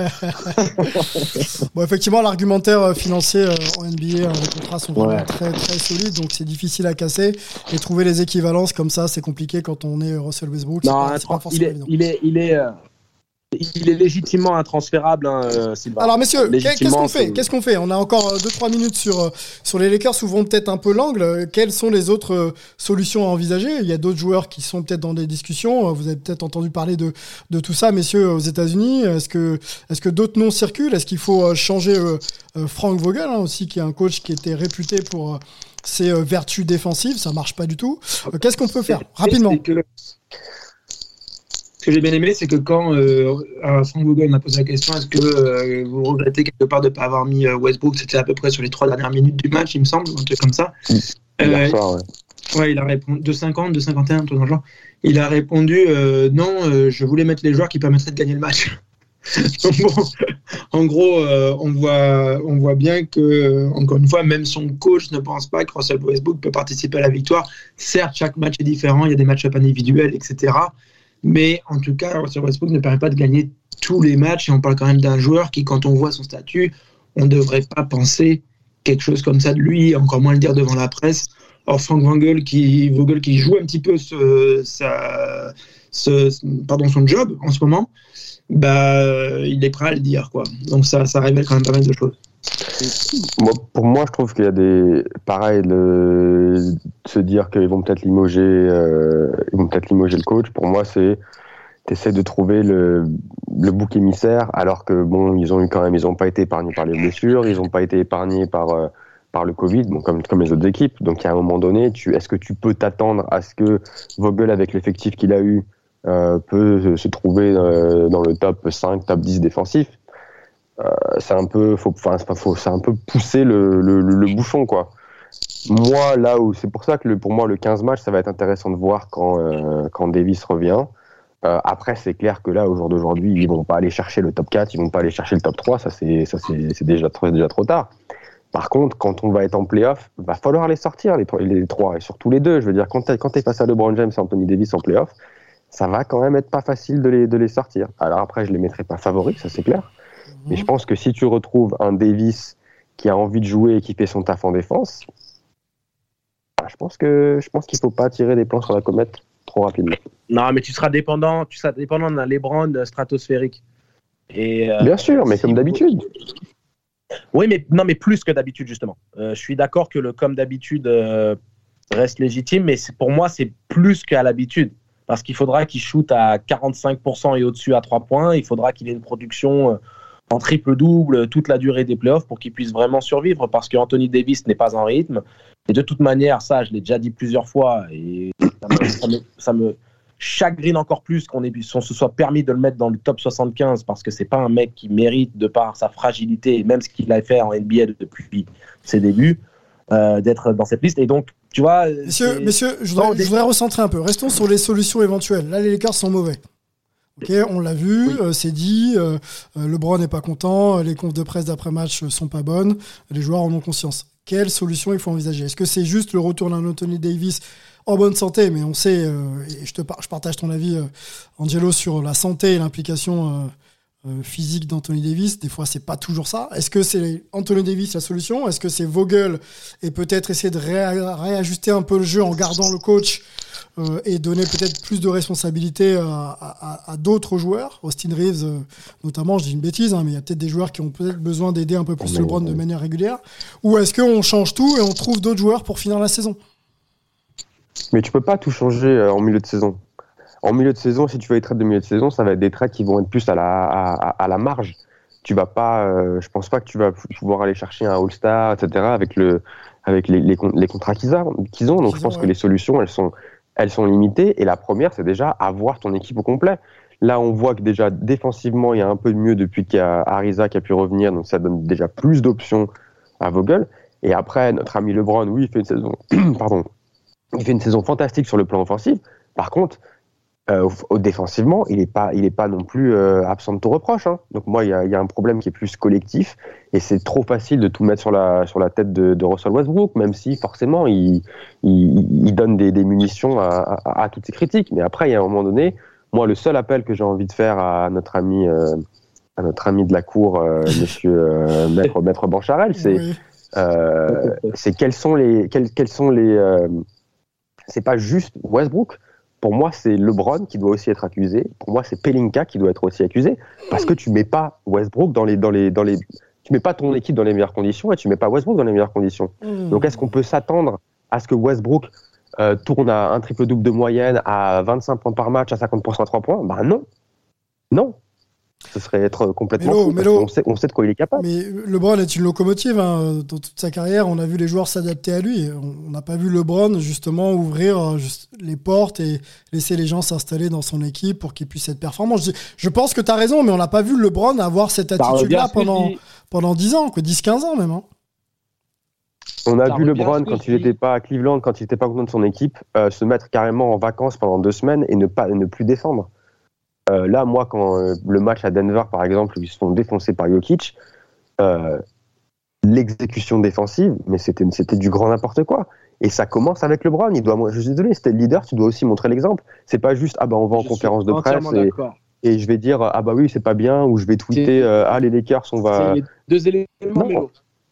Bon, effectivement, l'argumentaire financier en N B A, les contrats sont vraiment
Ouais.
très très solides, donc c'est difficile à casser et trouver les équivalences comme ça, c'est compliqué quand on est Russell Westbrook. C'est
Non,
pas,
un
c'est pas
tra-
forcément
il est,
évident.
il est, il est, euh, il est légitimement intransférable, hein, euh, Sylvain.
Alors messieurs, qu'est- qu'est-ce
Légitimement,
qu'on fait
c'est-
Qu'est-ce qu'on fait On a encore deux trois minutes sur euh, sur les Lakers, ouvrons peut-être un peu l'angle. Quelles sont les autres euh, solutions à envisager? Il y a d'autres joueurs qui sont peut-être dans des discussions. Vous avez peut-être entendu parler de de tout ça, messieurs, aux États-Unis. Est-ce que est-ce que d'autres noms circulent? Est-ce qu'il faut euh, changer euh, euh, Frank Vogel hein, aussi, qui est un coach qui était réputé pour euh, ses euh, vertus défensives? Ça marche pas du tout. Euh, qu'est-ce qu'on peut faire rapidement?
C'est que- Ce que j'ai bien aimé, c'est que quand euh, Frank Vogel m'a posé la question, est-ce que euh, vous regrettez quelque part de ne pas avoir mis euh, Westbrook, c'était à peu près sur les trois dernières minutes du match, il me semble, ou un truc comme ça.
Hier soir, ouais.
Ouais, il a répondu de cinquante, de cinquante et un, un truc dans le genre. Il a répondu euh, non, euh, je voulais mettre les joueurs qui permettraient de gagner le match. Donc bon, en gros, euh, on voit, on voit bien que, euh, encore une fois, même son coach ne pense pas que Russell Westbrook peut participer à la victoire. Certes, chaque match est différent, il y a des match-ups individuels, et cetera. Mais en tout cas, Russell Westbrook ne permet pas de gagner tous les matchs. Et on parle quand même d'un joueur qui, quand on voit son statut, on ne devrait pas penser quelque chose comme ça de lui, encore moins le dire devant la presse. Or, Frank Vogel qui, Vogel qui joue un petit peu ce, sa, ce, pardon, son job en ce moment, bah, il est prêt à le dire, quoi. Donc ça, ça révèle quand même pas mal de choses.
Moi, pour moi, je trouve qu'il y a des. Pareil, le... de se dire qu'ils vont peut-être limoger, euh... ils vont peut-être limoger le coach. Pour moi, c'est. T'essaies de trouver le, le bouc émissaire, alors que bon, ils ont eu quand même, ils n'ont pas été épargnés par les blessures, ils n'ont pas été épargnés par euh, par le Covid, bon, comme comme les autres équipes. Donc, à un moment donné, tu, est-ce que tu peux t'attendre à ce que Vogel, avec l'effectif qu'il a eu, euh, peut se trouver euh, dans le top cinq, top dix défensif? Euh, c'est un peu, faut, enfin, c'est pas faux, c'est un peu pousser le, le, le bouchon, quoi. Moi, là où, c'est pour ça que le, pour moi, le quinze matchs, ça va être intéressant de voir quand, euh, quand Davis revient. Euh, après, c'est clair que là, au jour d'aujourd'hui, ils vont pas aller chercher le top quatre, ils vont pas aller chercher le top trois, ça c'est, ça c'est, c'est déjà trop, déjà trop tard. Par contre, quand on va être en play-off, va falloir les sortir, les, les trois, et surtout les deux. Je veux dire, quand t'es, quand t'es face à LeBron James et Anthony Davis en play-off, ça va quand même être pas facile de les, de les sortir. Alors après, je les mettrai pas favoris, ça c'est clair. Mais je pense que si tu retrouves un Davis qui a envie de jouer et qui fait son taf en défense, bah, je pense que je pense qu'il faut pas tirer des plans sur la comète trop rapidement.
Non, mais tu seras dépendant, tu seras dépendant d'un LeBron stratosphérique. Et, euh,
Bien sûr, mais
si
comme
vous...
d'habitude.
Oui, mais non, mais plus que d'habitude justement. Euh, je suis d'accord que le comme d'habitude euh, reste légitime, mais c'est, pour moi c'est plus qu'à l'habitude. Parce qu'il faudra qu'il shoot à quarante-cinq pour cent et au-dessus à trois points. Il faudra qu'il ait une production euh, en triple-double toute la durée des playoffs pour qu'il puisse vraiment survivre. Parce qu'Anthony Davis n'est pas en rythme. Et de toute manière, ça, je l'ai déjà dit plusieurs fois. Et ça me, ça me, ça me chagrine encore plus qu'on, ait, qu'on se soit permis de le mettre dans le top soixante-quinze. Parce que c'est pas un mec qui mérite, de par sa fragilité et même ce qu'il a fait en N B A depuis ses débuts, euh, d'être dans cette liste. Et donc, tu vois,
messieurs, messieurs je, voudrais,
non,
je voudrais recentrer un peu. Restons sur les solutions éventuelles. Là, les Lakers sont mauvais. Ok, on l'a vu, oui. euh, c'est dit. Euh, LeBron n'est pas content. Les confs de presse d'après-match sont pas bonnes. Les joueurs en ont conscience. Quelle solution il faut envisager? Est-ce que c'est juste le retour d'un Anthony Davis en bonne santé? Mais on sait, euh, et je te par- je partage ton avis, euh, Angelo, sur la santé et l'implication euh, euh, physique d'Anthony Davis. Des fois, c'est pas toujours ça. Est-ce que c'est Anthony Davis la solution? Est-ce que c'est Vogel et peut-être essayer de ré- réajuster un peu le jeu en gardant le coach euh, et donner peut-être plus de responsabilité à, à, à d'autres joueurs. Austin Reeves, euh, notamment, je dis une bêtise, hein, mais il y a peut-être des joueurs qui ont peut-être besoin d'aider un peu plus LeBron de manière régulière. Ou est-ce qu'on change tout et on trouve d'autres joueurs pour finir la saison?
Mais tu peux pas tout changer en milieu de saison. En milieu de saison, si tu fais des trades de milieu de saison, ça va être des trades qui vont être plus à la, à, à la marge. Tu vas pas, euh, je pense pas que tu vas pouvoir aller chercher un All-Star, et cetera avec le, avec les, les, les contrats qu'ils ont, qu'ils ont. Donc qu'ils je pense ont, que ouais. les solutions, elles sont, elles sont limitées. Et la première, c'est déjà avoir ton équipe au complet. Là, on voit que déjà défensivement, il y a un peu de mieux depuis qu'il y a Ariza qui a pu revenir. Donc ça donne déjà plus d'options à Vogel. Et après, notre ami LeBron, oui, il fait une saison, pardon, il fait une saison fantastique sur le plan offensif. Par contre, Euh, défensivement, il n'est pas, il est pas non plus euh, absent de tout reproche. Hein. Donc moi, il y a, y a un problème qui est plus collectif, et c'est trop facile de tout mettre sur la sur la tête de, de Russell Westbrook, même si forcément il il, il donne des, des munitions à, à, à toutes ces critiques. Mais après, il y a un moment donné, moi, le seul appel que j'ai envie de faire à notre ami euh, à notre ami de la cour, euh, Monsieur euh, Maître Maître Bancharel, c'est oui. euh, c'est quels sont les quels quels sont les euh, c'est pas juste Westbrook. Pour moi, c'est LeBron qui doit aussi être accusé. Pour moi, c'est Pelinka qui doit être aussi accusé, parce que tu mets pas Westbrook dans les, dans les, dans les, tu mets pas ton équipe dans les meilleures conditions et tu mets pas Westbrook dans les meilleures conditions. Mmh. Donc, est-ce qu'on peut s'attendre à ce que Westbrook euh, tourne à un triple-double de moyenne, à vingt-cinq points par match, à cinquante pour cent à trois points? Ben non, non. Ce serait être complètement
Mélo,
fou, parce
Mélo,
qu'on sait, on sait de quoi il est capable.
Mais LeBron est une locomotive. Hein. Dans toute sa carrière, on a vu les joueurs s'adapter à lui. On n'a pas vu LeBron justement ouvrir juste les portes et laisser les gens s'installer dans son équipe pour qu'il puisse être performant. Je, je pense que tu as raison, mais on n'a pas vu LeBron avoir cette attitude-là pendant, pendant dix ans, dix quinze ans même. Hein.
On a Ça vu LeBron quand il n'était pas à Cleveland, quand il n'était pas content de son équipe, euh, se mettre carrément en vacances pendant deux semaines et ne, pas, ne plus défendre. Euh, là, moi, quand euh, le match à Denver, par exemple, où ils se font défoncer par Jokic, euh, l'exécution défensive, mais c'était, c'était du grand n'importe quoi. Et ça commence avec LeBron. Il doit, moi, je suis désolé, c'était le leader, tu dois aussi montrer l'exemple. C'est pas juste, ah bah on va en je conférence de presse et, et je vais dire, ah bah oui, c'est pas bien, ou je vais tweeter, euh, ah les Lakers, on va.
C'est les deux éléments, Mélo.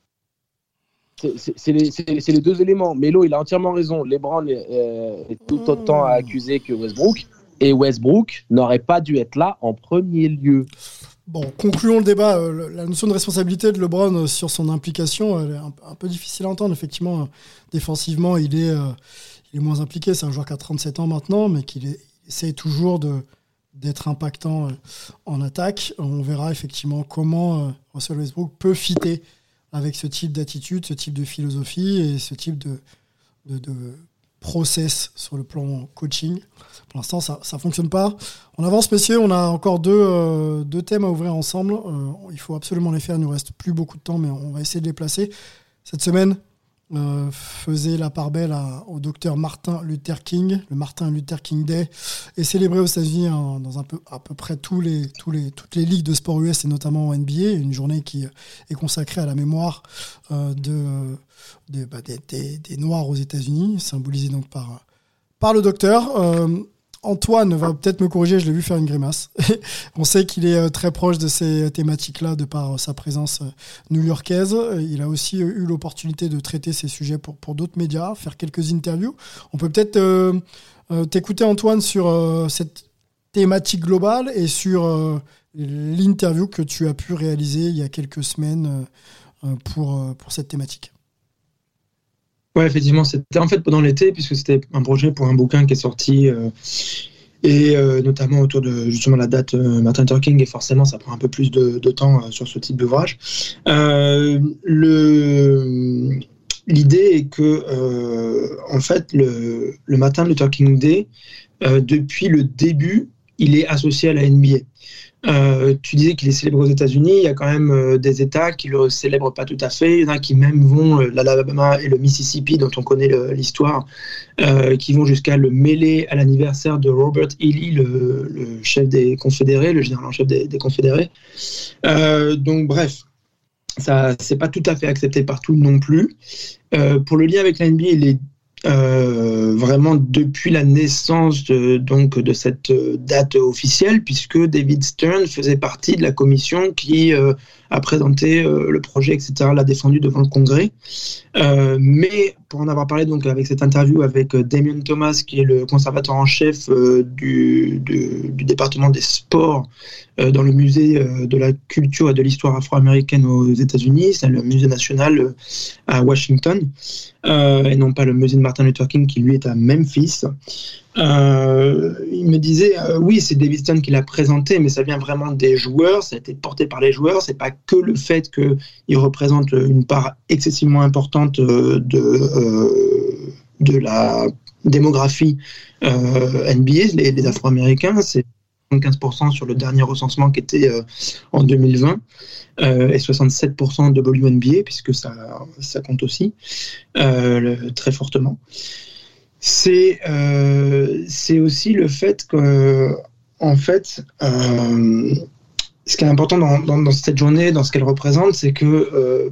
C'est, c'est, c'est, les, c'est, c'est les deux éléments. Mélo, il a entièrement raison. LeBron est, euh, est tout autant accusé que Westbrook. Et Westbrook n'aurait pas dû être là en premier lieu.
Bon, concluons le débat. Euh, la notion de responsabilité de LeBron euh, sur son implication, elle est un, un peu difficile à entendre. Effectivement, euh, défensivement, il est, euh, il est moins impliqué. C'est un joueur qui a trente-sept ans maintenant, mais qui essaie toujours de, d'être impactant euh, en attaque. On verra effectivement comment euh, Russell Westbrook peut fitter avec ce type d'attitude, ce type de philosophie et ce type de... de, de process sur le plan coaching. Pour l'instant, ça ne fonctionne pas. On avance, messieurs. On a encore deux, euh, deux thèmes à ouvrir ensemble. Euh, il faut absolument les faire. Il ne nous reste plus beaucoup de temps, mais on va essayer de les placer. Cette semaine, euh, faisait la part belle à, au docteur Martin Luther King, le Martin Luther King Day, est célébré aux États-Unis hein, dans un peu, à peu près tous les, tous les, toutes les ligues de sport U S et notamment en N B A. Une journée qui est consacrée à la mémoire euh, de, de, bah, des, des, des Noirs aux États-Unis, symbolisée donc par, par le docteur. Euh, Antoine va peut-être me corriger, je l'ai vu faire une grimace. On sait qu'il est très proche de ces thématiques-là de par sa présence new-yorkaise. Il a aussi eu l'opportunité de traiter ces sujets pour, pour d'autres médias, faire quelques interviews. On peut peut-être euh, euh, t'écouter, Antoine, sur euh, cette thématique globale et sur euh, l'interview que tu as pu réaliser il y a quelques semaines euh, pour, euh, pour cette thématique.
Ouais, effectivement, c'était en fait pendant l'été, puisque c'était un projet pour un bouquin qui est sorti, euh, et euh, notamment autour de justement la date euh, Martin Luther King, et forcément ça prend un peu plus de, de temps euh, sur ce type d'ouvrage. Euh, le, l'idée est que, euh, en fait, le, le Martin Luther King Day, euh, depuis le début, il est associé à la N B A. Euh, tu disais qu'il est célébré aux États-Unis. Il y a quand même euh, des États qui le célèbrent pas tout à fait. Il y en a qui même vont, euh, l'Alabama et le Mississippi, dont on connaît le, l'histoire, euh, qui vont jusqu'à le mêler à l'anniversaire de Robert E. Lee, le, le chef des Confédérés, le général en chef des, des Confédérés. Euh, donc bref, ça c'est pas tout à fait accepté partout non plus. Euh, pour le lien avec la N B A, il est euh, vraiment depuis la naissance de, donc, de cette date officielle, puisque David Stern faisait partie de la commission qui euh, a présenté euh, le projet, et cetera, l'a défendu devant le Congrès. Euh, mais pour en avoir parlé donc, avec cette interview avec Damien Thomas, qui est le conservateur en chef euh, du, du, du département des sports euh, dans le musée euh, de la culture et de l'histoire afro-américaine aux États-Unis, c'est le musée national euh, à Washington, euh, et non pas le musée de Martin Luther King qui lui est à Memphis. Euh, il me disait euh, oui, c'est David Stern qui l'a présenté, mais ça vient vraiment des joueurs, ça a été porté par les joueurs, c'est pas que le fait qu'il représente une part excessivement importante euh, de, euh, de la démographie euh, N B A, les, les Afro-Américains, c'est soixante-quinze pour cent sur le dernier recensement qui était euh, en deux mille vingt, euh, et soixante-sept pour cent de W N B A, puisque ça, ça compte aussi euh, le, très fortement. C'est, euh, c'est aussi le fait que, en fait, euh, ce qui est important dans, dans, dans cette journée, dans ce qu'elle représente, c'est que euh,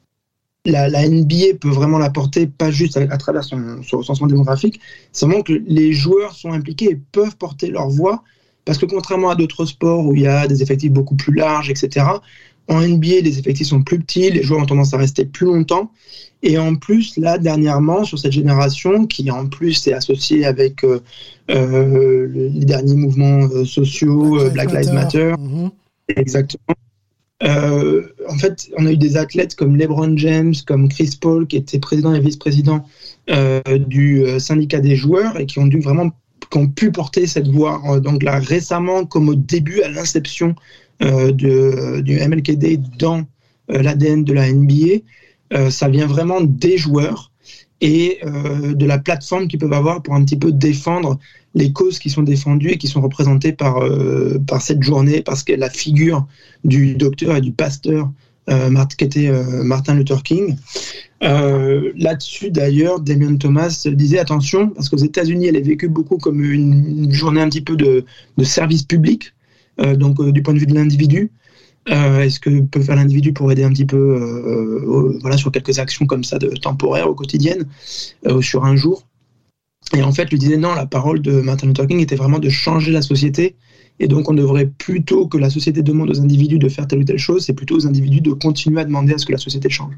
la, la N B A peut vraiment l'apporter, pas juste à, à travers son, son recensement démographique, c'est vraiment que les joueurs sont impliqués et peuvent porter leur voix, parce que contrairement à d'autres sports où il y a des effectifs beaucoup plus larges, et cetera, en N B A, les effectifs sont plus petits, les joueurs ont tendance à rester plus longtemps. Et en plus, là, dernièrement, sur cette génération, qui en plus est associée avec euh, euh, les derniers mouvements euh, sociaux, Black, euh, Black Lives Matter, Matter. Mm-hmm. Exactement. Euh, en fait, on a eu des athlètes comme LeBron James, comme Chris Paul, qui étaient président et vice-président euh, du syndicat des joueurs et qui ont dû vraiment, qui ont pu porter cette voix. Donc là, récemment, comme au début, à l'inception euh, de, du M L K Day dans euh, l'A D N de la N B A, Euh, ça vient vraiment des joueurs et euh, de la plateforme qu'ils peuvent avoir pour un petit peu défendre les causes qui sont défendues et qui sont représentées par, euh, par cette journée, parce que la figure du docteur et du pasteur euh, qui était euh, Martin Luther King. Euh, là-dessus, d'ailleurs, Damien Thomas disait attention, parce qu'aux États-Unis, elle est vécue beaucoup comme une, une journée un petit peu de, de service public, euh, donc euh, du point de vue de l'individu. Euh, est-ce que peut faire l'individu pour aider un petit peu euh, euh, voilà, sur quelques actions comme ça de temporaires ou quotidiennes euh, sur un jour. Et en fait, lui disait non, la parole de Martin Luther King était vraiment de changer la société, et donc on devrait plutôt que la société demande aux individus de faire telle ou telle chose, c'est plutôt aux individus de continuer à demander à ce que la société change.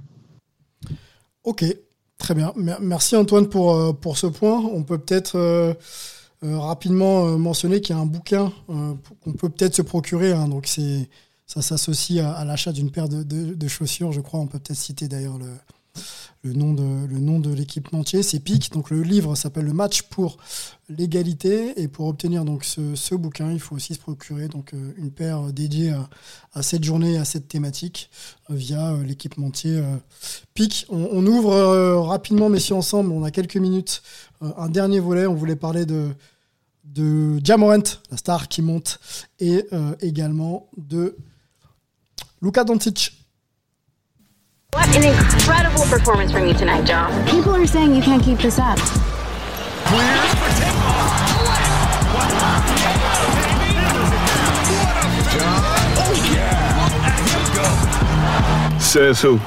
Ok, très bien. Merci Antoine pour, pour ce point. On peut peut-être euh, euh, rapidement euh, mentionner qu'il y a un bouquin euh, qu'on peut peut-être se procurer, hein, donc c'est ça s'associe à, à l'achat d'une paire de, de, de chaussures, je crois. On peut peut-être citer d'ailleurs le, le, nom de, le nom de l'équipementier. C'est P I C. Donc le livre s'appelle Le match pour l'égalité. Et pour obtenir donc ce, ce bouquin, il faut aussi se procurer donc, une paire dédiée à, à cette journée, à cette thématique, via l'équipementier euh, P I C. On, on ouvre euh, rapidement, messieurs, ensemble. On a quelques minutes. Euh, un dernier volet. On voulait parler de, de Ja Morant, la star qui monte, et euh, également de Luka Doncic.
What an incredible performance from you tonight, Ja.
People are saying you can't keep this up.
Clears for takeoff. Oh yeah. And here we go.
Says who?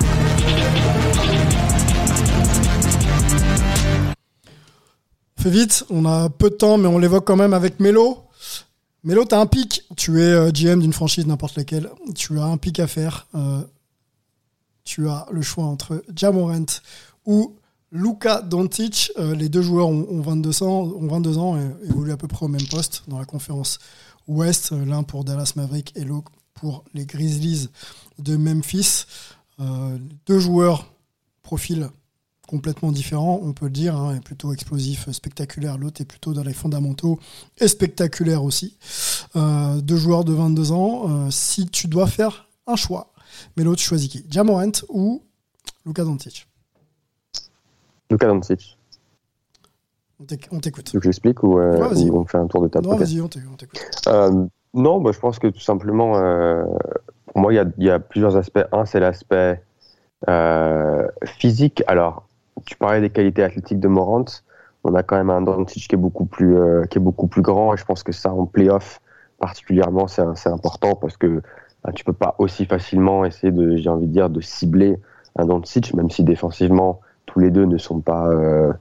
Fais vite, on a peu de temps, mais on l'évoque quand même avec Melo. Melo, t'as un pic. Tu es euh, G M d'une franchise, n'importe laquelle. Tu as un pic à faire. Euh, tu as le choix entre Ja Morant ou Luka Doncic. Euh, les deux joueurs ont, ont, vingt-deux ans, ont vingt-deux ans et évoluent à peu près au même poste dans la conférence Ouest. L'un pour Dallas Mavericks et l'autre pour les Grizzlies de Memphis. Euh, deux joueurs, profil complètement différent, on peut le dire, hein, est plutôt explosif, spectaculaire, l'autre est plutôt dans les fondamentaux et spectaculaire aussi. Euh, deux joueurs de vingt-deux ans, euh, si tu dois faire un choix, mais l'autre tu choisis qui? Ja Morant ou Luka Doncic?
Luka Doncic.
On, on t'écoute.
Tu veux que j'explique ou, euh,
ouais,
ou on fait un tour de table?
Non, vas-y, on t'écoute.
Euh, non, bah, je pense que tout simplement, euh, pour moi, il y, y a plusieurs aspects. Un, c'est l'aspect euh, physique. Alors, tu parlais des qualités athlétiques de Morant. On a quand même un Doncic qui est beaucoup plus, euh, qui est beaucoup plus grand, et je pense que ça, en play-off particulièrement, c'est, c'est important parce que bah, tu peux pas aussi facilement essayer de, j'ai envie de dire, de cibler un Doncic, même si défensivement tous les deux ne sont pas, euh,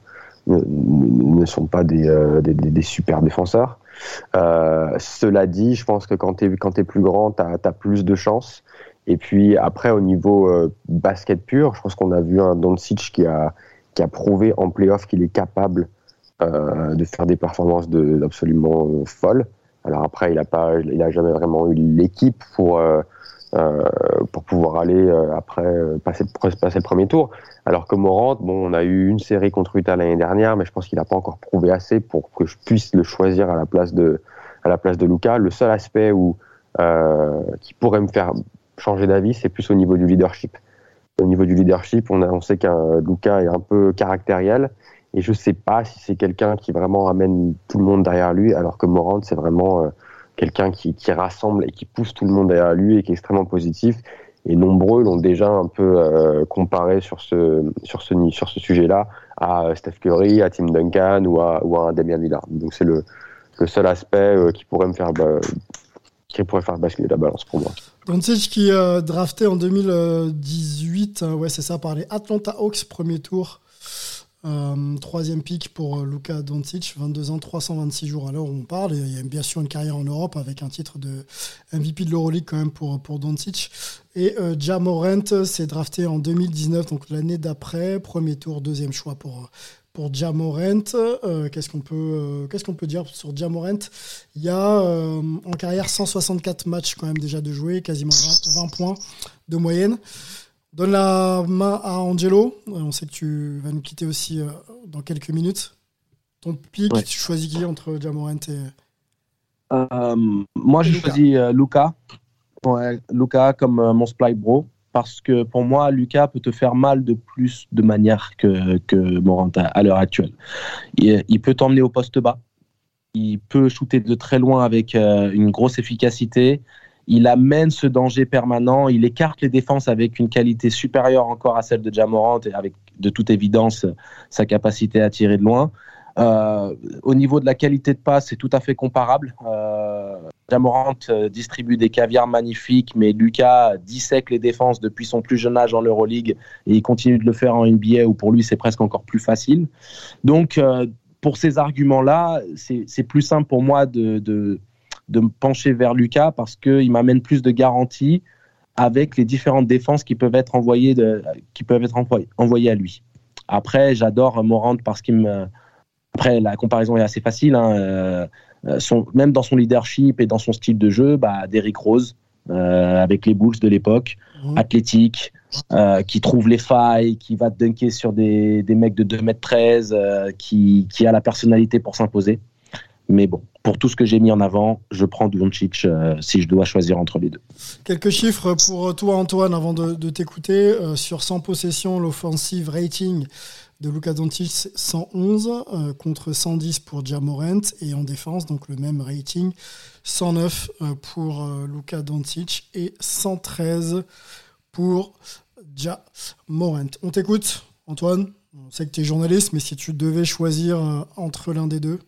ne, ne sont pas des, euh, des, des, des super défenseurs. Euh, cela dit, je pense que quand tu es quand t'es plus grand, tu as plus de chances. Et puis après, au niveau euh, basket pur, je pense qu'on a vu un Doncic qui a, qui a prouvé en play-off qu'il est capable euh, de faire des performances de, absolument euh, folles. Alors après, il n'a pas, il a jamais vraiment eu l'équipe pour euh, euh, pour pouvoir aller euh, après euh, passer, passer le premier tour. Alors que Morant, bon, on a eu une série contre Utah l'année dernière, mais je pense qu'il n'a pas encore prouvé assez pour que je puisse le choisir à la place de à la place de Luka. Le seul aspect où euh, qui pourrait me faire changer d'avis, c'est plus au niveau du leadership. Au niveau du leadership, on, a, on sait qu'un Luka est un peu caractériel. Et je ne sais pas si c'est quelqu'un qui vraiment amène tout le monde derrière lui, alors que Morant, c'est vraiment euh, quelqu'un qui, qui rassemble et qui pousse tout le monde derrière lui et qui est extrêmement positif. Et nombreux l'ont déjà un peu euh, comparé sur ce, sur ce, sur ce sujet-là à Steph Curry, à Tim Duncan ou à, ou à un Damian Lillard. Donc c'est le, le seul aspect euh, qui pourrait me faire, bah, qui pourrait faire basculer la balance pour moi.
Doncic qui est euh, drafté en deux mille dix-huit, euh, ouais c'est ça, par les Atlanta Hawks, premier tour. Euh, troisième pick pour euh, Luka Doncic, vingt-deux ans, trois cent vingt-six jours à l'heure où on parle. Et il y a bien sûr une carrière en Europe avec un titre de M V P de l'Euroleague quand même pour, pour Doncic. Et euh, Ja Morant s'est drafté en deux mille dix-neuf, donc l'année d'après, premier tour, deuxième choix pour, pour Ja Morant. Euh, qu'est-ce qu'on peut, euh, qu'est-ce qu'on peut dire sur Ja Morant ? Il y a euh, en carrière cent soixante-quatre matchs quand même déjà de jouer, quasiment vingt points de moyenne. Donne la main à Angelo. On sait que tu vas nous quitter aussi euh, dans quelques minutes. Ton pick, ouais. Tu choisis qui entre Ja Morant et...
Euh, moi, j'ai choisi euh, Luka. Ouais, Luka comme euh, mon Sply Bro. Parce que pour moi, Luka peut te faire mal de plus de manière que, que Morant à, à l'heure actuelle. Il, il peut t'emmener au poste bas. Il peut shooter de très loin avec euh, une grosse efficacité. Il amène ce danger permanent, il écarte les défenses avec une qualité supérieure encore à celle de Ja Morant et avec de toute évidence sa capacité à tirer de loin. Euh, au niveau de la qualité de passe, c'est tout à fait comparable. Euh, Ja Morant distribue des caviars magnifiques, mais Luka dissèque les défenses depuis son plus jeune âge en Euroleague et il continue de le faire en N B A où pour lui c'est presque encore plus facile. Donc euh, pour ces arguments-là, c'est, c'est plus simple pour moi de... de de me pencher vers Luka parce qu'il m'amène plus de garanties avec les différentes défenses qui peuvent être envoyées, de, qui peuvent être envoyées, envoyées à lui. Après, j'adore Morant parce qu'il me... Après, la comparaison est assez facile. Hein. Euh, son... Même dans son leadership et dans son style de jeu, bah, Derrick Rose, euh, avec les Bulls de l'époque, mmh. athlétique, euh, qui trouve les failles, qui va dunker sur des, des mecs de deux mètres treize, euh, qui, qui a la personnalité pour s'imposer. Mais bon, pour tout ce que j'ai mis en avant, je prends Doncic euh, si je dois choisir entre les deux.
Quelques chiffres pour toi, Antoine, avant de, de t'écouter. Euh, sur cent possessions, l'offensive rating de Luka Doncic, cent onze euh, contre cent dix pour Ja Morant. Et en défense, donc le même rating, cent neuf euh, pour euh, Luka Doncic et cent treize pour Ja Morant. On t'écoute, Antoine. On sait que tu es journaliste, mais si tu devais choisir euh, entre l'un des deux.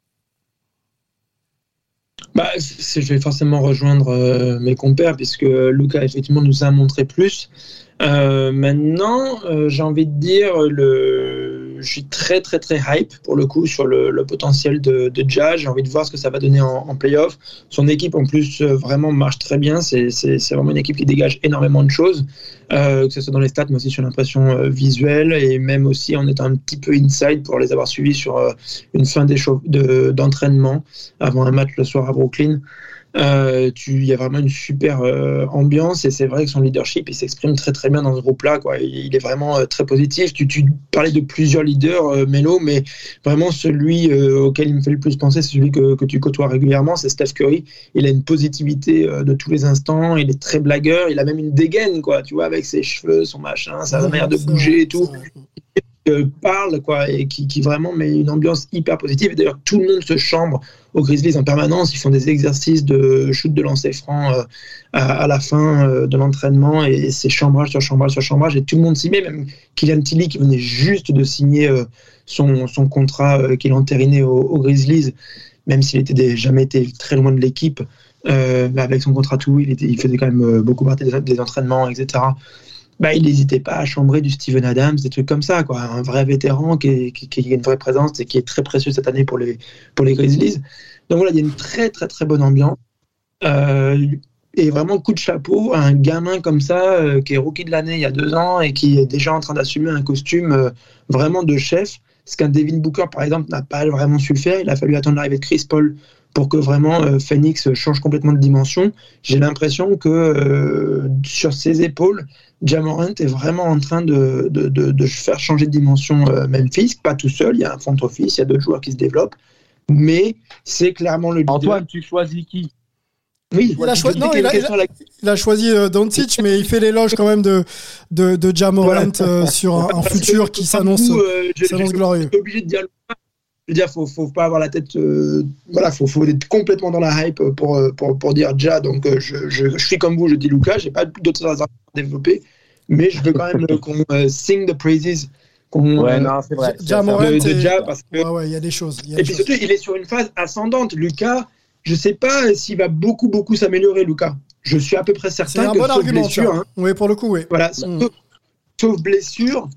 Bah, c'est, je vais forcément rejoindre euh, mes compères puisque Luka effectivement nous a montré plus. Euh, maintenant, euh, j'ai envie de dire, le... je suis très très très hype pour le coup sur le, le potentiel de, de Ja. J'ai envie de voir ce que ça va donner en, en play-off. Son équipe en plus euh, vraiment marche très bien. C'est, c'est, c'est vraiment une équipe qui dégage énormément de choses, euh, que ce soit dans les stats, mais aussi sur l'impression euh, visuelle et même aussi en étant un petit peu inside pour les avoir suivis sur euh, une fin de, d'entraînement avant un match le soir à Brooklyn. Euh, tu, il y a vraiment une super euh, ambiance et c'est vrai que son leadership il s'exprime très très bien dans ce groupe-là, quoi. Il, il est vraiment euh, très positif. Tu, tu parlais de plusieurs leaders, euh, Melo, mais vraiment celui euh, auquel il me fait le plus penser, c'est celui que, que tu côtoies régulièrement, c'est Steph Curry. Il a une positivité euh, de tous les instants. Il est très blagueur. Il a même une dégaine, quoi. Tu vois, avec ses cheveux, son machin, sa manière de bouger et tout. Euh, parle quoi et qui, qui vraiment met une ambiance hyper positive et d'ailleurs tout le monde se chambre aux Grizzlies en permanence. Ils font des exercices de shoot de lancer franc euh, à, à la fin euh, de l'entraînement et c'est chambrage sur chambrage sur chambrage et tout le monde s'y met, même Kylian Tilly qui venait juste de signer euh, son, son contrat euh, qu'il a entériné aux, aux Grizzlies, même s'il était des, jamais été très loin de l'équipe, euh, avec son contrat tout il, était, il faisait quand même beaucoup partie des, des entraînements, etc. bah, il n'hésitait pas à chambrer du Steven Adams, des trucs comme ça, quoi. Un vrai vétéran qui, est, qui, qui a une vraie présence et qui est très précieux cette année pour les, pour les Grizzlies. Donc voilà, il y a une très très très bonne ambiance. Euh, et vraiment coup de chapeau à un gamin comme ça, euh, qui est rookie de l'année il y a deux ans et qui est déjà en train d'assumer un costume euh, vraiment de chef. Ce qu'un Devin Booker, par exemple, n'a pas vraiment su le faire. Il a fallu attendre l'arrivée de Chris Paul pour que vraiment euh, Phoenix change complètement de dimension. J'ai l'impression que euh, sur ses épaules, Ja Morant est vraiment en train de, de, de, de faire changer de dimension euh, Memphis. Pas tout seul, il y a un front office, il y a d'autres joueurs qui se développent. Mais c'est clairement le leader.
Antoine, tu choisis qui?
Oui,
il a, choi- non, il, a, il, a, il a choisi euh, Doncic, mais il fait l'éloge quand même de, de, de Ja Morant voilà. euh, sur un, un futur qui s'annonce, euh,
je,
s'annonce
je,
glorieux.
Je suis obligé de dire, je veux dire, faut, faut pas avoir la tête, euh, voilà, faut, faut être complètement dans la hype pour, pour, pour dire Ja. Donc, euh, je, je, je suis comme vous, je dis Luka, j'ai pas d'autres choses à développer, mais je veux quand même qu'on euh, sing the praises. Qu'on,
ouais,
euh,
non, c'est vrai.
Ja Morant,
de, de Ja, parce que,
ouais, ouais, il y a des choses. Y a
et
des
puis
choses.
surtout, il est sur une phase ascendante. Luka, je sais pas s'il va beaucoup, beaucoup s'améliorer, Luka. Je suis à peu près certain
c'est un
que
bon
sauf
argument,
blessure, hein,
oui, pour le coup, oui.
voilà,
mm.
sauf, sauf blessure,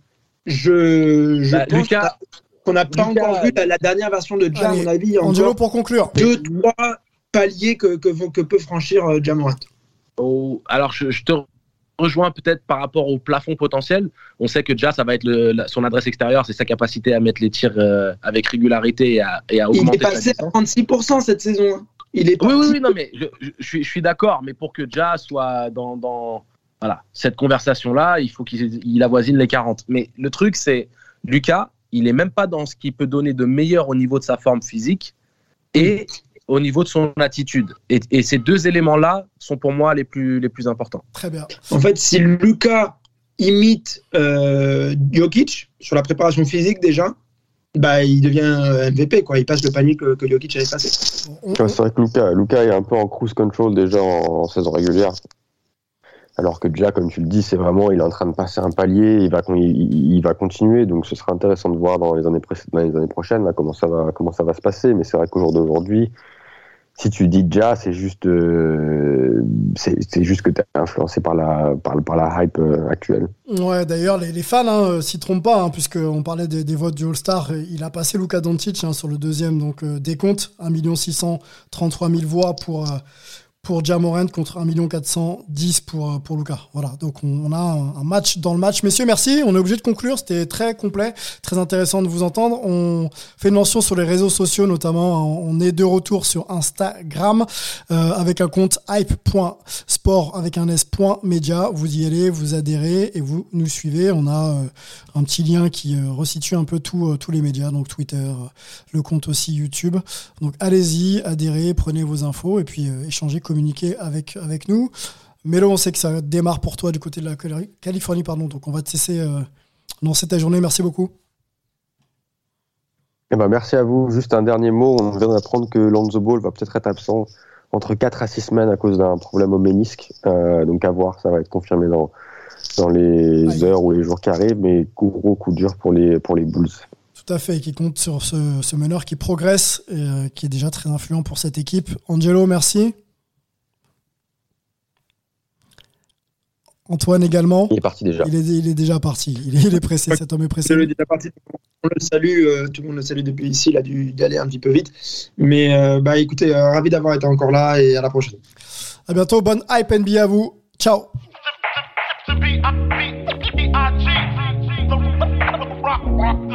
je, je
bah,
pense
Lucas,
qu'on n'a pas
Lucas,
encore vu la, la dernière version de Ja,
allez,
à mon avis. Il y a
Angelo,
encore
pour conclure.
deux, trois paliers que, que, que peut franchir euh, Ja Morant.
Oh, alors, je, je te rejoins peut-être par rapport au plafond potentiel. On sait que Ja, ça va être le, la, son adresse extérieure, c'est sa capacité à mettre les tirs euh, avec régularité et à, et à augmenter.
Il est passé à trente-six pour cent cette saison. Hein. Il est
oui, oui, oui, non, mais je, je, je, suis, je suis d'accord, mais pour que Ja soit dans, dans voilà, cette conversation-là, il faut qu'il il avoisine les quarante. Mais le truc, c'est Luka, il n'est même pas dans ce qu'il peut donner de meilleur au niveau de sa forme physique et au niveau de son attitude. Et, et ces deux éléments-là sont pour moi les plus, les plus importants.
Très bien.
En fait, si Luka imite euh, Jokic sur la préparation physique déjà, bah, il devient M V P, quoi. Il passe le panier que, que Jokic avait passé.
Ouais, c'est vrai que Luka, Luka est un peu en cruise control déjà en, en saison régulière. Alors que Ja, comme tu le dis, c'est vraiment, il est en train de passer un palier, il va, il, il va continuer. Donc ce sera intéressant de voir dans les années, pré- dans les années prochaines là, comment, ça va, comment ça va se passer. Mais c'est vrai qu'au jour d'aujourd'hui, si tu dis Ja, c'est juste, euh, c'est, c'est juste que tu es influencé par la, par, par la hype euh, actuelle.
Ouais, d'ailleurs, les, les fans hein, s'y trompent pas, hein, puisqu'on parlait des, des votes du All-Star. Il a passé Luka Doncic hein, sur le deuxième donc, euh, décompte, un million six cent trente-trois mille voix pour, euh, pour Ja Morant contre un million quatre cent dix pour, pour Luka. Voilà, donc on, on a un, un match dans le match. Messieurs, merci. On est obligé de conclure. C'était très complet, très intéressant de vous entendre. On fait une mention sur les réseaux sociaux, notamment. On est de retour sur Instagram euh, avec un compte hype point sport avec un s.media. Vous y allez, vous adhérez et vous nous suivez. On a euh, un petit lien qui euh, resitue un peu tout, euh, tous les médias, donc Twitter, euh, le compte aussi YouTube. Donc allez-y, adhérez, prenez vos infos et puis euh, échangez, communiquer avec, avec nous. Mélo, on sait que ça démarre pour toi du côté de la Californie, pardon, donc on va te cesser euh, dans cette journée. Merci beaucoup.
Eh ben, merci à vous. Juste un dernier mot, on vient d'apprendre que Lonzo Ball va peut-être être absent entre quatre à six semaines à cause d'un problème au ménisque. Euh, donc à voir, ça va être confirmé dans, dans les Aïe. heures ou les jours qui arrivent, mais gros coup dur pour les, pour les Bulls.
Tout à fait, et qui compte sur ce, ce meneur qui progresse et euh, qui est déjà très influent pour cette équipe. Angelo, merci. Antoine également.
Il est parti déjà.
Il est, il est déjà parti. Il est, il est pressé. Cet homme est pressé.
Il est déjà parti. On le salue. Euh, tout le monde le salue depuis ici. Il a dû y aller un petit peu vite. Mais euh, bah, écoutez, euh, ravi d'avoir été encore là et à la prochaine.
À bientôt. Bonne hype N B A à vous. Ciao.
Rock, rock.